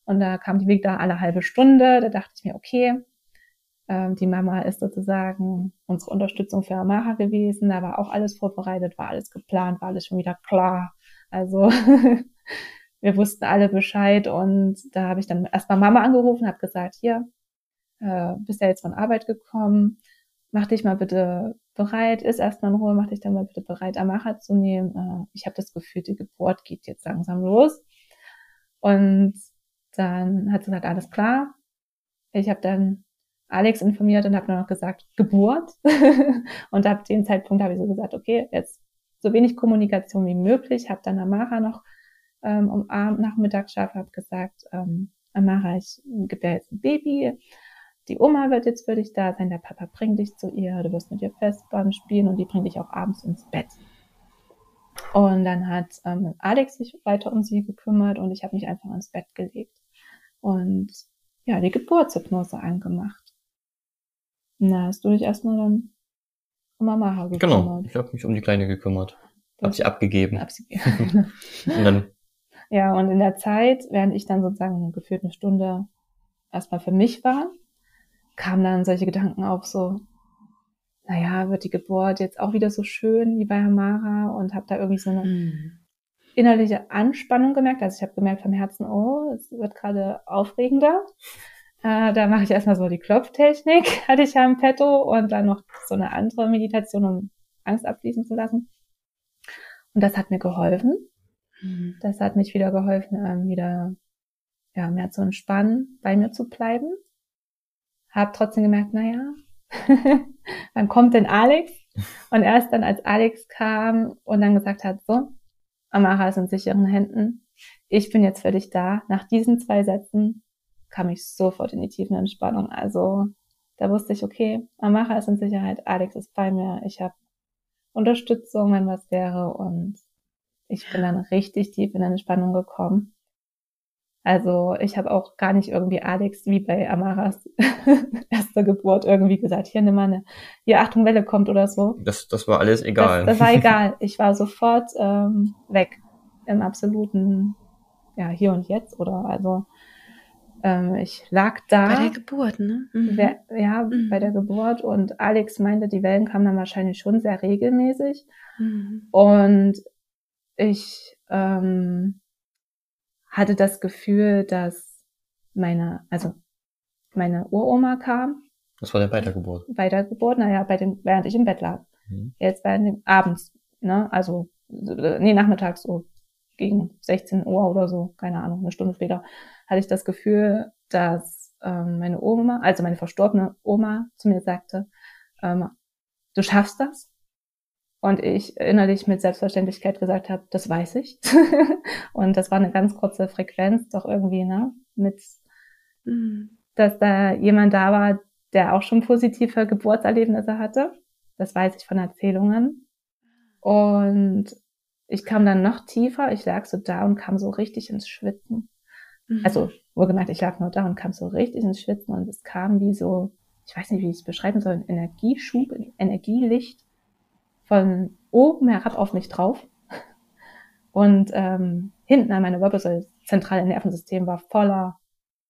Speaker 2: Und da kam die wieder alle halbe Stunde. Da dachte ich mir, okay, ähm, die Mama ist sozusagen unsere Unterstützung für Amara gewesen. Da war auch alles vorbereitet, war alles geplant, war alles schon wieder klar. Also wir wussten alle Bescheid. Und da habe ich dann erstmal Mama angerufen, habe gesagt, hier, äh, bist ja jetzt von Arbeit gekommen, mach dich mal bitte bereit, iss erstmal in Ruhe, mach dich dann mal bitte bereit, Amara zu nehmen. Äh, ich habe das Gefühl, die Geburt geht jetzt langsam los. Und dann hat sie gesagt, alles klar. Ich habe dann Alex informiert und habe nur noch gesagt, Geburt. Und ab dem Zeitpunkt habe ich so gesagt, okay, jetzt so wenig Kommunikation wie möglich. Habe dann Amara noch ähm, umarmt nach Mittagsschlaf, habe gesagt, ähm, Amara, ich gebe dir jetzt ein Baby. Die Oma wird jetzt für dich da sein, der Papa bringt dich zu ihr, du wirst mit ihr Festbahn spielen und die bringt dich auch abends ins Bett. Und dann hat ähm, Alex sich weiter um sie gekümmert und ich habe mich einfach ins Bett gelegt und ja, die Geburtshypnose angemacht. Na, hast du dich erstmal dann um Amara gekümmert?
Speaker 3: Genau, ich habe mich um die Kleine gekümmert. Hab sie abgegeben.
Speaker 2: abgegeben.
Speaker 3: Und dann
Speaker 2: ja, und in der Zeit, während ich dann sozusagen gefühlt eine Stunde erstmal für mich war, kamen dann solche Gedanken auf, so, naja, wird die Geburt jetzt auch wieder so schön wie bei Amara, und habe da irgendwie so eine
Speaker 1: Mhm.
Speaker 2: innerliche Anspannung gemerkt. Also ich habe gemerkt vom Herzen, oh, es wird gerade aufregender. Äh, da mache ich erstmal so die Klopftechnik, hatte ich ja im Petto, und dann noch so eine andere Meditation, um Angst abfließen zu lassen. Und das hat mir geholfen.
Speaker 1: Mhm.
Speaker 2: Das hat mich wieder geholfen, ähm, wieder ja, mehr zu entspannen, bei mir zu bleiben. Hab trotzdem gemerkt, naja, wann kommt denn Alex? Und erst dann, als Alex kam und dann gesagt hat, so, Amara ist in sicheren Händen, ich bin jetzt für dich da. Nach diesen zwei Sätzen kam ich sofort in die tiefen Entspannung. Also da wusste ich, okay, Amara ist in Sicherheit, Alex ist bei mir, ich habe Unterstützung, wenn was wäre, und ich bin dann richtig tief in Entspannung gekommen. Also ich habe auch gar nicht irgendwie Alex wie bei Amaras erster Geburt irgendwie gesagt, hier nimm mal eine, hier Achtung, Welle kommt oder so.
Speaker 3: Das, das war alles egal.
Speaker 2: Das, das war egal. Ich war sofort ähm, weg im absoluten, ja, Hier und Jetzt, oder also ähm, ich lag da.
Speaker 1: Bei der Geburt, ne? Mhm.
Speaker 2: Wer, ja,
Speaker 1: Mhm.
Speaker 2: bei der Geburt, und Alex meinte, die Wellen kamen dann wahrscheinlich schon sehr regelmäßig.
Speaker 1: Mhm.
Speaker 2: Und ich ähm, hatte das Gefühl, dass meine, also meine Uroma kam
Speaker 3: Das war der bei der Geburt.
Speaker 2: bei der Geburt, naja, bei dem, während ich im Bett lag.
Speaker 3: Mhm.
Speaker 2: Jetzt während dem, abends, ne, also, nee, nachmittags so, gegen sechzehn Uhr oder so, keine Ahnung, eine Stunde später, hatte ich das Gefühl, dass ähm, meine Oma, also meine verstorbene Oma, zu mir sagte, ähm, du schaffst das. Und ich innerlich mit Selbstverständlichkeit gesagt habe, das weiß ich. Und das war eine ganz kurze Frequenz, doch irgendwie, ne, mit,
Speaker 1: Mhm.
Speaker 2: dass da jemand da war, der auch schon positive Geburtserlebnisse hatte. Das weiß ich von Erzählungen. Und ich kam dann noch tiefer. Ich lag so da und kam so richtig ins Schwitzen.
Speaker 1: Mhm.
Speaker 2: Also, wohlgemerkt, ich lag nur da und kam so richtig ins Schwitzen, und es kam wie so, ich weiß nicht, wie ich es beschreiben soll, ein Energieschub, ein Energielicht von oben herab auf mich drauf. Und ähm, hinten an meiner Wirbelsäule, das zentrale Nervensystem, war voller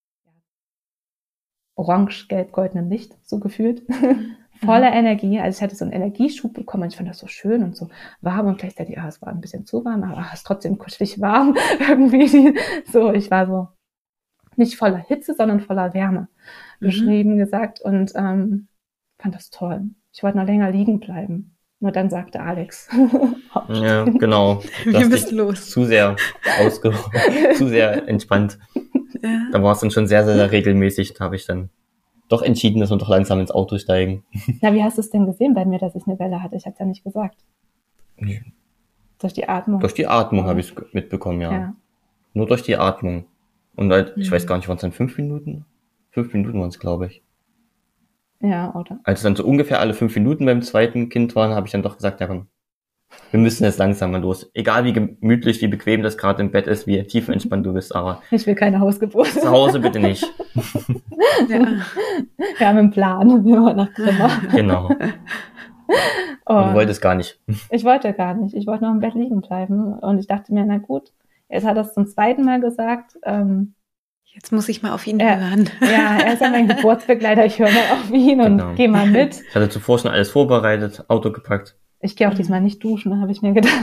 Speaker 2: orange-gelb-goldenem Licht, so gefühlt. Voller Energie. Also ich hatte so einen Energieschub bekommen, und ich fand das so schön und so warm, und gleichzeitig, ja, es war ein bisschen zu warm, aber es ist trotzdem kuschelig warm. Irgendwie so, ich war so nicht voller Hitze, sondern voller Wärme,
Speaker 1: Mhm.
Speaker 2: beschrieben, gesagt, und ähm, fand das toll. Ich wollte noch länger liegen bleiben. Nur dann sagte Alex,
Speaker 3: Ja, genau. Du
Speaker 1: Wir
Speaker 3: hast
Speaker 1: müssen
Speaker 3: dich
Speaker 1: los.
Speaker 3: zu sehr ausge zu sehr entspannt.
Speaker 1: Ja.
Speaker 3: Da war es dann schon sehr, sehr regelmäßig. Da habe ich dann doch entschieden, dass wir doch langsam ins Auto steigen.
Speaker 2: Na, wie hast du es denn gesehen bei mir, dass ich eine Welle hatte? Ich habe es ja nicht gesagt. Durch die Atmung.
Speaker 3: Durch die Atmung habe ich es mitbekommen, ja.
Speaker 2: Ja.
Speaker 3: Nur durch die Atmung. Und halt, ich
Speaker 1: Mhm.
Speaker 3: weiß gar nicht, waren es dann fünf Minuten? Fünf Minuten waren es, glaube ich.
Speaker 2: Ja, oder?
Speaker 3: Als es dann so ungefähr alle fünf Minuten beim zweiten Kind waren, habe ich dann doch gesagt, ja komm, wir müssen jetzt langsam mal los. Egal wie gemütlich, wie bequem das gerade im Bett ist, wie tief entspannt du bist, aber
Speaker 2: Ich will keine Hausgeburt.
Speaker 3: zu Hause bitte nicht.
Speaker 1: Ja.
Speaker 2: Wir haben einen Plan. Wir wollen nach Grimma.
Speaker 3: Genau. Und du wolltest gar nicht.
Speaker 2: Ich wollte gar nicht. Ich wollte noch im Bett liegen bleiben. Und ich dachte mir, na gut, jetzt hat er es zum zweiten Mal gesagt. Ähm,
Speaker 1: Jetzt muss ich mal auf ihn
Speaker 2: Ja.
Speaker 1: hören.
Speaker 2: Ja, er ist ja mein Geburtsbegleiter, ich höre mal auf ihn und
Speaker 3: Genau.
Speaker 2: gehe mal mit.
Speaker 3: Ich hatte zuvor schon alles vorbereitet, Auto gepackt.
Speaker 2: Ich gehe auch diesmal nicht duschen, habe ich mir gedacht.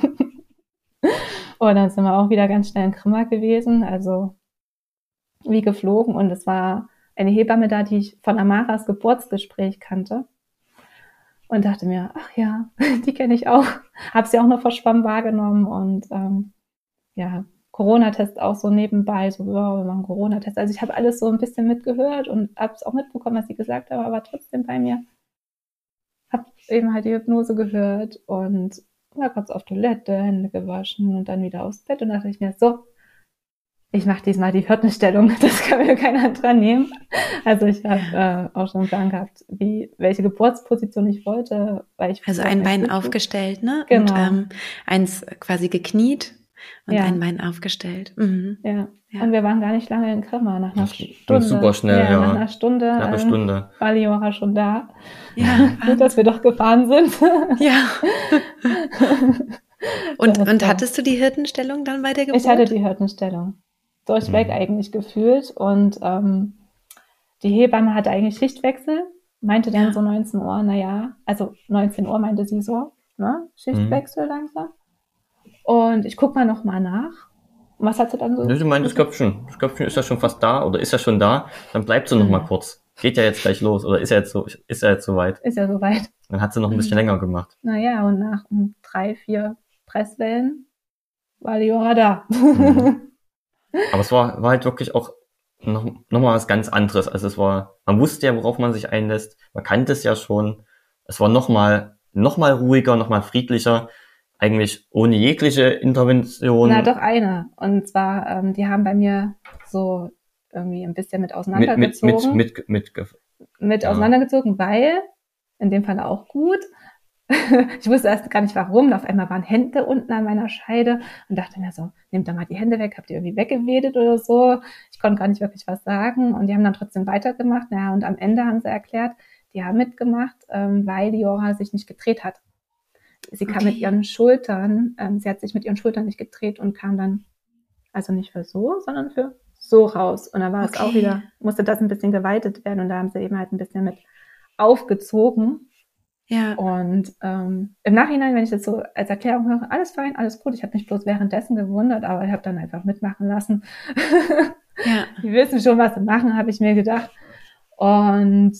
Speaker 2: Und dann sind wir auch wieder ganz schnell in Grimma gewesen, also wie geflogen. Und es war eine Hebamme da, die ich von Amaras Geburtsgespräch kannte. Und dachte mir, ach ja, die kenne ich auch. Habe sie auch noch verschwommen wahrgenommen und ähm, ja, Corona-Test auch so nebenbei, so, ja, wir machen Corona-Test. Also ich habe alles so ein bisschen mitgehört und habe es auch mitbekommen, was sie gesagt haben, aber trotzdem bei mir. Habe eben halt die Hypnose gehört und war kurz auf Toilette, Hände gewaschen und dann wieder aufs Bett und dachte ich mir, so, ich mache diesmal die Hirtenstellung, das kann mir keiner dran nehmen. Also ich habe äh, auch schon einen Plan gehabt, wie, welche Geburtsposition ich wollte. Weil ich
Speaker 1: Also ein Bein aufgestellt, ne?
Speaker 2: Genau.
Speaker 1: Und ähm, eins quasi gekniet und
Speaker 2: Ja.
Speaker 1: ein Bein aufgestellt. Mhm.
Speaker 2: Ja.
Speaker 1: Ja.
Speaker 2: Und wir waren gar nicht lange in Grimma, nach einer
Speaker 3: Das ging
Speaker 2: Stunde.
Speaker 3: super schnell, ja.
Speaker 2: Nach einer Stunde,
Speaker 3: Knappe
Speaker 2: ähm,
Speaker 3: Stunde.
Speaker 2: war Liora schon da.
Speaker 1: Ja,
Speaker 2: Gut, dass wir doch gefahren sind.
Speaker 1: ja. Und,
Speaker 2: Das
Speaker 1: und
Speaker 2: war-
Speaker 1: hattest du die Hirtenstellung dann bei der Geburt?
Speaker 2: Ich hatte die Hirtenstellung. Durchweg
Speaker 3: Mhm.
Speaker 2: eigentlich gefühlt. Und ähm, die Hebamme hatte eigentlich Schichtwechsel, meinte dann
Speaker 1: Ja.
Speaker 2: so neunzehn Uhr, naja, also neunzehn Uhr meinte sie so, ne? Schichtwechsel langsam. Und ich guck mal noch mal nach. Und was hat sie dann so?
Speaker 3: Nö, sie meint, das Köpfchen. Das Köpfchen ist ja schon fast da oder ist ja schon da. Dann bleibt sie noch mal
Speaker 2: Mhm.
Speaker 3: kurz. Geht ja jetzt gleich los oder ist ja jetzt so, ist ja jetzt soweit.
Speaker 2: Ist ja soweit.
Speaker 3: Dann hat sie noch ein bisschen länger gemacht.
Speaker 2: Naja, und nach um, drei, vier Presswellen war Liora da.
Speaker 3: Mhm. Aber es war, war halt wirklich auch noch, noch mal was ganz anderes. Also es war, man wusste ja, worauf man sich einlässt. Man kannte es ja schon. Es war noch mal, noch mal ruhiger, noch mal friedlicher. Eigentlich ohne jegliche Intervention.
Speaker 2: Na, doch eine. Und zwar, ähm, die haben bei mir so irgendwie ein bisschen mit
Speaker 3: mit, mit,
Speaker 2: auseinandergezogen.
Speaker 3: mit, mit, mit, ge-
Speaker 2: mit
Speaker 3: ja.
Speaker 2: auseinandergezogen, weil, in dem Fall auch gut, ich wusste erst gar nicht warum, auf einmal waren Hände unten an meiner Scheide und dachte mir so, nehmt doch mal die Hände weg, habt ihr irgendwie weggewedelt oder so. Ich konnte gar nicht wirklich was sagen und die haben dann trotzdem weitergemacht. Naja, und am Ende haben sie erklärt, die haben mitgemacht, ähm, weil Liora sich nicht gedreht hat. Sie kam
Speaker 1: Okay.
Speaker 2: mit ihren Schultern, ähm, sie hat sich mit ihren Schultern nicht gedreht und kam dann, also nicht für so, sondern für so raus. Und dann war es
Speaker 1: Okay.
Speaker 2: auch wieder, musste das ein bisschen geweitet werden und da haben sie eben halt ein bisschen mit aufgezogen.
Speaker 1: Ja.
Speaker 2: Und ähm, im Nachhinein, wenn ich das so als Erklärung höre, alles fein, alles gut. Ich habe mich bloß währenddessen gewundert, aber ich habe dann einfach mitmachen lassen.
Speaker 1: Ja.
Speaker 2: Die wissen schon, was sie machen, habe ich mir gedacht. Und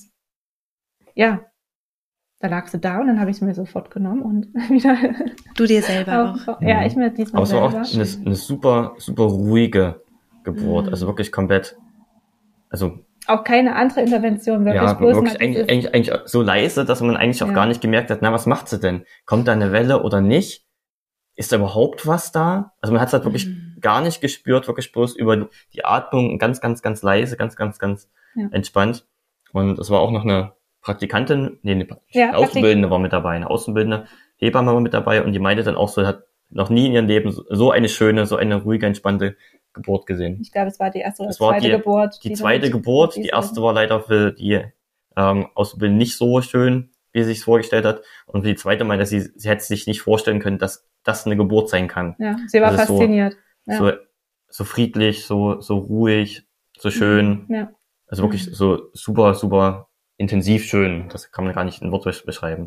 Speaker 2: ja, da lag sie da und dann habe ich sie mir sofort genommen und wieder
Speaker 1: Du dir selber auch.
Speaker 2: auch. Ja, ich mir diesmal
Speaker 3: Aber es war auch
Speaker 2: selber.
Speaker 3: eine, eine super, super ruhige Geburt.
Speaker 1: Mhm.
Speaker 3: Also wirklich komplett, also
Speaker 2: Auch keine andere Intervention, wirklich
Speaker 3: ja,
Speaker 2: bloß
Speaker 3: wirklich
Speaker 2: mal
Speaker 3: eigentlich,
Speaker 2: dieses-
Speaker 3: eigentlich, eigentlich so leise, dass man eigentlich auch
Speaker 2: Ja.
Speaker 3: gar nicht gemerkt hat, na, was macht sie denn? Kommt da eine Welle oder nicht? Ist da überhaupt was da? Also man hat es halt wirklich
Speaker 1: Mhm.
Speaker 3: gar nicht gespürt, wirklich bloß über die Atmung, ganz, ganz, ganz leise, ganz, ganz, ganz
Speaker 2: Ja.
Speaker 3: entspannt. Und es war auch noch eine Praktikantin, nee, eine
Speaker 2: Ja,
Speaker 3: eine Auszubildende war mit dabei, eine Auszubildende Hebamme war mit dabei und die meinte dann auch so, hat noch nie in ihrem Leben so- so eine schöne, so eine ruhige, entspannte Geburt gesehen.
Speaker 2: Ich glaube, es war die erste oder
Speaker 3: Es war
Speaker 2: zweite
Speaker 3: die-
Speaker 2: Geburt.
Speaker 3: Die
Speaker 2: du
Speaker 3: zweite
Speaker 2: mit-
Speaker 3: Geburt,
Speaker 2: mit
Speaker 3: die erste war leider für die ähm, Auszubildende nicht so schön, wie sie sich vorgestellt hat. Und für die zweite meinte sie, sie hätte sich nicht vorstellen können, dass das eine Geburt sein kann.
Speaker 2: Ja, sie war
Speaker 3: Das ist so-
Speaker 2: fasziniert. Ja.
Speaker 3: So, so friedlich, so, so ruhig, so schön.
Speaker 2: Ja.
Speaker 3: Also wirklich
Speaker 1: Mhm.
Speaker 3: so super, super intensiv schön. Das kann man gar nicht in Worten beschreiben.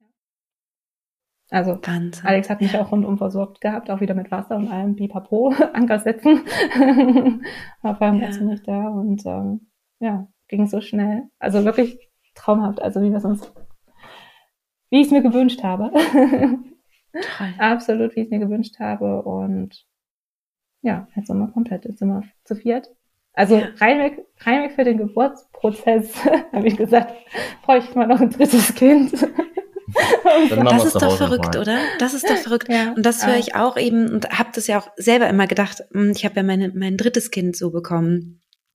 Speaker 2: Also
Speaker 1: Wahnsinn.
Speaker 2: Alex hat mich
Speaker 1: Ja.
Speaker 2: auch rundum versorgt gehabt, auch wieder mit Wasser und allem Pipapo, Anker setzen. War vor allem
Speaker 1: Ja.
Speaker 2: ganz nicht da und ähm, ja, ging so schnell. Also wirklich traumhaft, also wie wir es uns, wie ich es mir gewünscht habe.
Speaker 1: Toll.
Speaker 2: Absolut, wie ich es mir gewünscht habe und ja, jetzt sind wir komplett, jetzt sind wir zu viert. Also
Speaker 1: Ja.
Speaker 2: reinweg, reinweg für den Geburtsprozess, habe ich gesagt, bräuchte ich mal noch ein drittes Kind.
Speaker 3: Dann machen
Speaker 1: Das
Speaker 3: wir
Speaker 1: ist
Speaker 3: zu
Speaker 1: doch
Speaker 3: Hause
Speaker 1: verrückt,
Speaker 3: nochmal.
Speaker 1: oder? Das ist doch verrückt.
Speaker 2: Ja,
Speaker 1: Und das höre
Speaker 2: ja.
Speaker 1: ich auch eben und habe das ja auch selber immer gedacht. hm, Ich habe ja meine, mein drittes Kind so bekommen.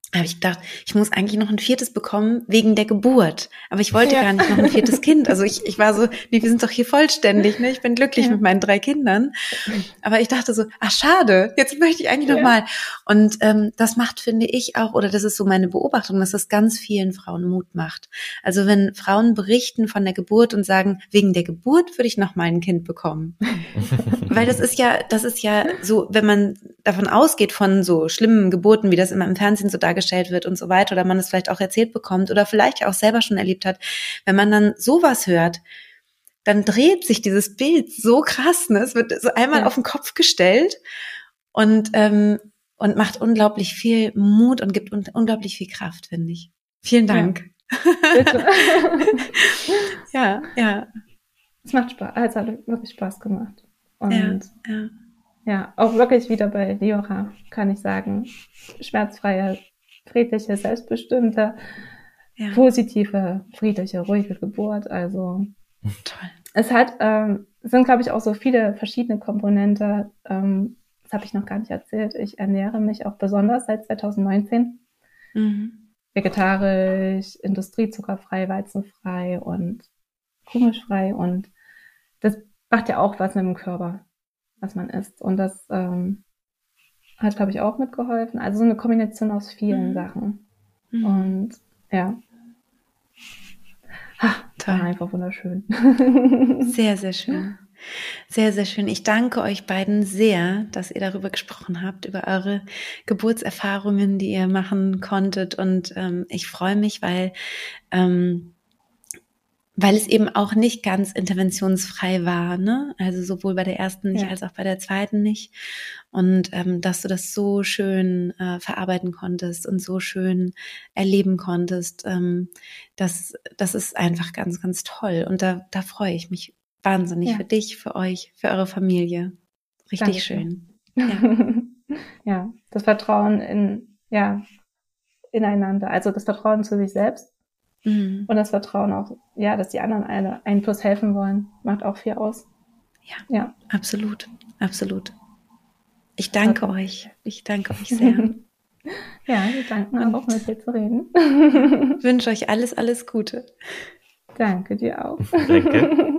Speaker 1: habe ich gedacht, ich muss eigentlich noch ein viertes bekommen wegen der Geburt. Aber ich wollte
Speaker 2: Ja.
Speaker 1: gar nicht noch ein viertes Kind. Also ich, ich war so, nee, wir sind doch hier vollständig, ne? Ich bin glücklich
Speaker 2: Ja.
Speaker 1: mit meinen drei Kindern. Aber ich dachte so, ach schade, jetzt möchte ich eigentlich
Speaker 2: Ja.
Speaker 1: noch mal. Und ähm, das macht, finde ich auch, oder das ist so meine Beobachtung, dass das ganz vielen Frauen Mut macht. Also wenn Frauen berichten von der Geburt und sagen, wegen der Geburt würde ich noch mal ein Kind bekommen. Weil das ist ja, das ist ja so, wenn man davon ausgeht von so schlimmen Geburten, wie das immer im Fernsehen so dargestellt wird und so weiter, oder man es vielleicht auch erzählt bekommt oder vielleicht auch selber schon erlebt hat, wenn man dann sowas hört, dann dreht sich dieses Bild so krass, ne? Es wird so einmal
Speaker 2: Ja.
Speaker 1: auf den Kopf gestellt und ähm, und macht unglaublich viel Mut und gibt un- unglaublich viel Kraft, finde ich. Vielen Dank.
Speaker 2: Bitte.
Speaker 1: Ja, ja,
Speaker 2: Es macht Spaß, also hat wirklich Spaß gemacht. Und
Speaker 1: ja, ja.
Speaker 2: ja, auch wirklich wieder bei Liora kann ich sagen, schmerzfreie, friedliche, selbstbestimmte,
Speaker 1: ja.
Speaker 2: positive, friedliche, ruhige Geburt. Also
Speaker 1: Toll.
Speaker 2: es hat, ähm, sind glaube ich auch so viele verschiedene Komponente. Ähm, das habe ich noch gar nicht erzählt. Ich ernähre mich auch besonders seit zwanzig neunzehn
Speaker 1: Mhm.
Speaker 2: vegetarisch, industriezuckerfrei, weizenfrei und kuhmilchfrei. Und das macht ja auch was mit dem Körper, was man isst. Und das ähm, hat, glaube ich, auch mitgeholfen. Also so eine Kombination aus vielen
Speaker 1: Mhm.
Speaker 2: Sachen.
Speaker 1: Mhm.
Speaker 2: Und ja, ha,
Speaker 1: Toll.
Speaker 2: war einfach wunderschön.
Speaker 1: Sehr, sehr schön. Sehr, sehr schön. Ich danke euch beiden sehr, dass ihr darüber gesprochen habt, über eure Geburtserfahrungen, die ihr machen konntet. Und ähm, ich freue mich, weil ähm, weil es eben auch nicht ganz interventionsfrei war, ne? Also sowohl bei der ersten nicht
Speaker 2: Ja.
Speaker 1: als auch bei der zweiten nicht. Und ähm, dass du das so schön äh, verarbeiten konntest und so schön erleben konntest, ähm, das, das ist einfach ganz, ganz toll. Und da, da freue ich mich wahnsinnig
Speaker 2: Ja.
Speaker 1: für dich, für euch, für eure Familie. Richtig
Speaker 2: Dankeschön.
Speaker 1: schön. Ja.
Speaker 2: Ja, das Vertrauen in, ja, ineinander. Also das Vertrauen zu sich selbst
Speaker 1: Mhm.
Speaker 2: und das Vertrauen auch, ja, dass die anderen eine, einen plus helfen wollen, macht auch viel aus.
Speaker 1: Ja.
Speaker 2: Ja.
Speaker 1: Absolut, absolut. Ich danke
Speaker 2: Okay.
Speaker 1: euch. Ich danke euch sehr.
Speaker 2: Ja, wir danken
Speaker 1: Und-
Speaker 2: auch, mit dir zu reden.
Speaker 1: Ich wünsche euch alles, alles Gute.
Speaker 2: Danke dir auch.
Speaker 3: Danke.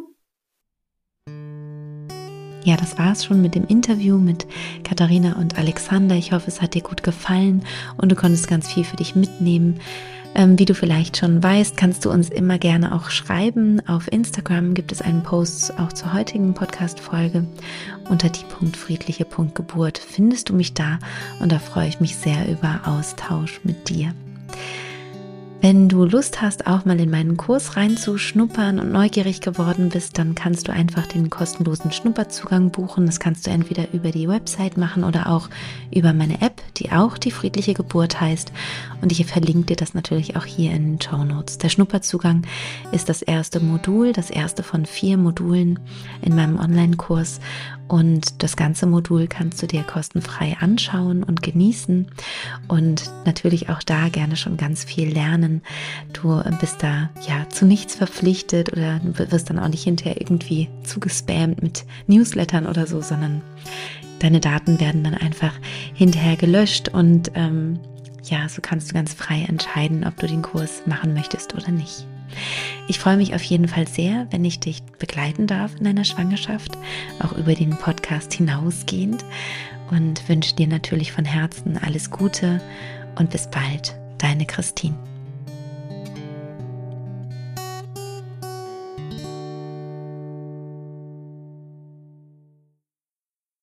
Speaker 1: Ja, das war's schon mit dem Interview mit Katharina und Alexander. Ich hoffe, es hat dir gut gefallen und du konntest ganz viel für dich mitnehmen. Ähm, wie du vielleicht schon weißt, kannst du uns immer gerne auch schreiben. Auf Instagram gibt es einen Post auch zur heutigen Podcast-Folge. Unter die.friedliche.geburt findest du mich da und da freue ich mich sehr über Austausch mit dir. Wenn du Lust hast, auch mal in meinen Kurs reinzuschnuppern und neugierig geworden bist, dann kannst du einfach den kostenlosen Schnupperzugang buchen. Das kannst du entweder über die Website machen oder auch über meine App, die auch die friedliche Geburt heißt. Und ich verlinke dir das natürlich auch hier in den Shownotes. Der Schnupperzugang ist das erste Modul, das erste von vier Modulen in meinem Online-Kurs. Und das ganze Modul kannst du dir kostenfrei anschauen und genießen und natürlich auch da gerne schon ganz viel lernen. Du bist da ja zu nichts verpflichtet oder du wirst dann auch nicht hinterher irgendwie zugespammt mit Newslettern oder so, sondern deine Daten werden dann einfach hinterher gelöscht und ähm, ja, so kannst du ganz frei entscheiden, ob du den Kurs machen möchtest oder nicht. Ich freue mich auf jeden Fall sehr, wenn ich dich begleiten darf in deiner Schwangerschaft, auch über den Podcast hinausgehend und wünsche dir natürlich von Herzen alles Gute und bis bald, deine Christine.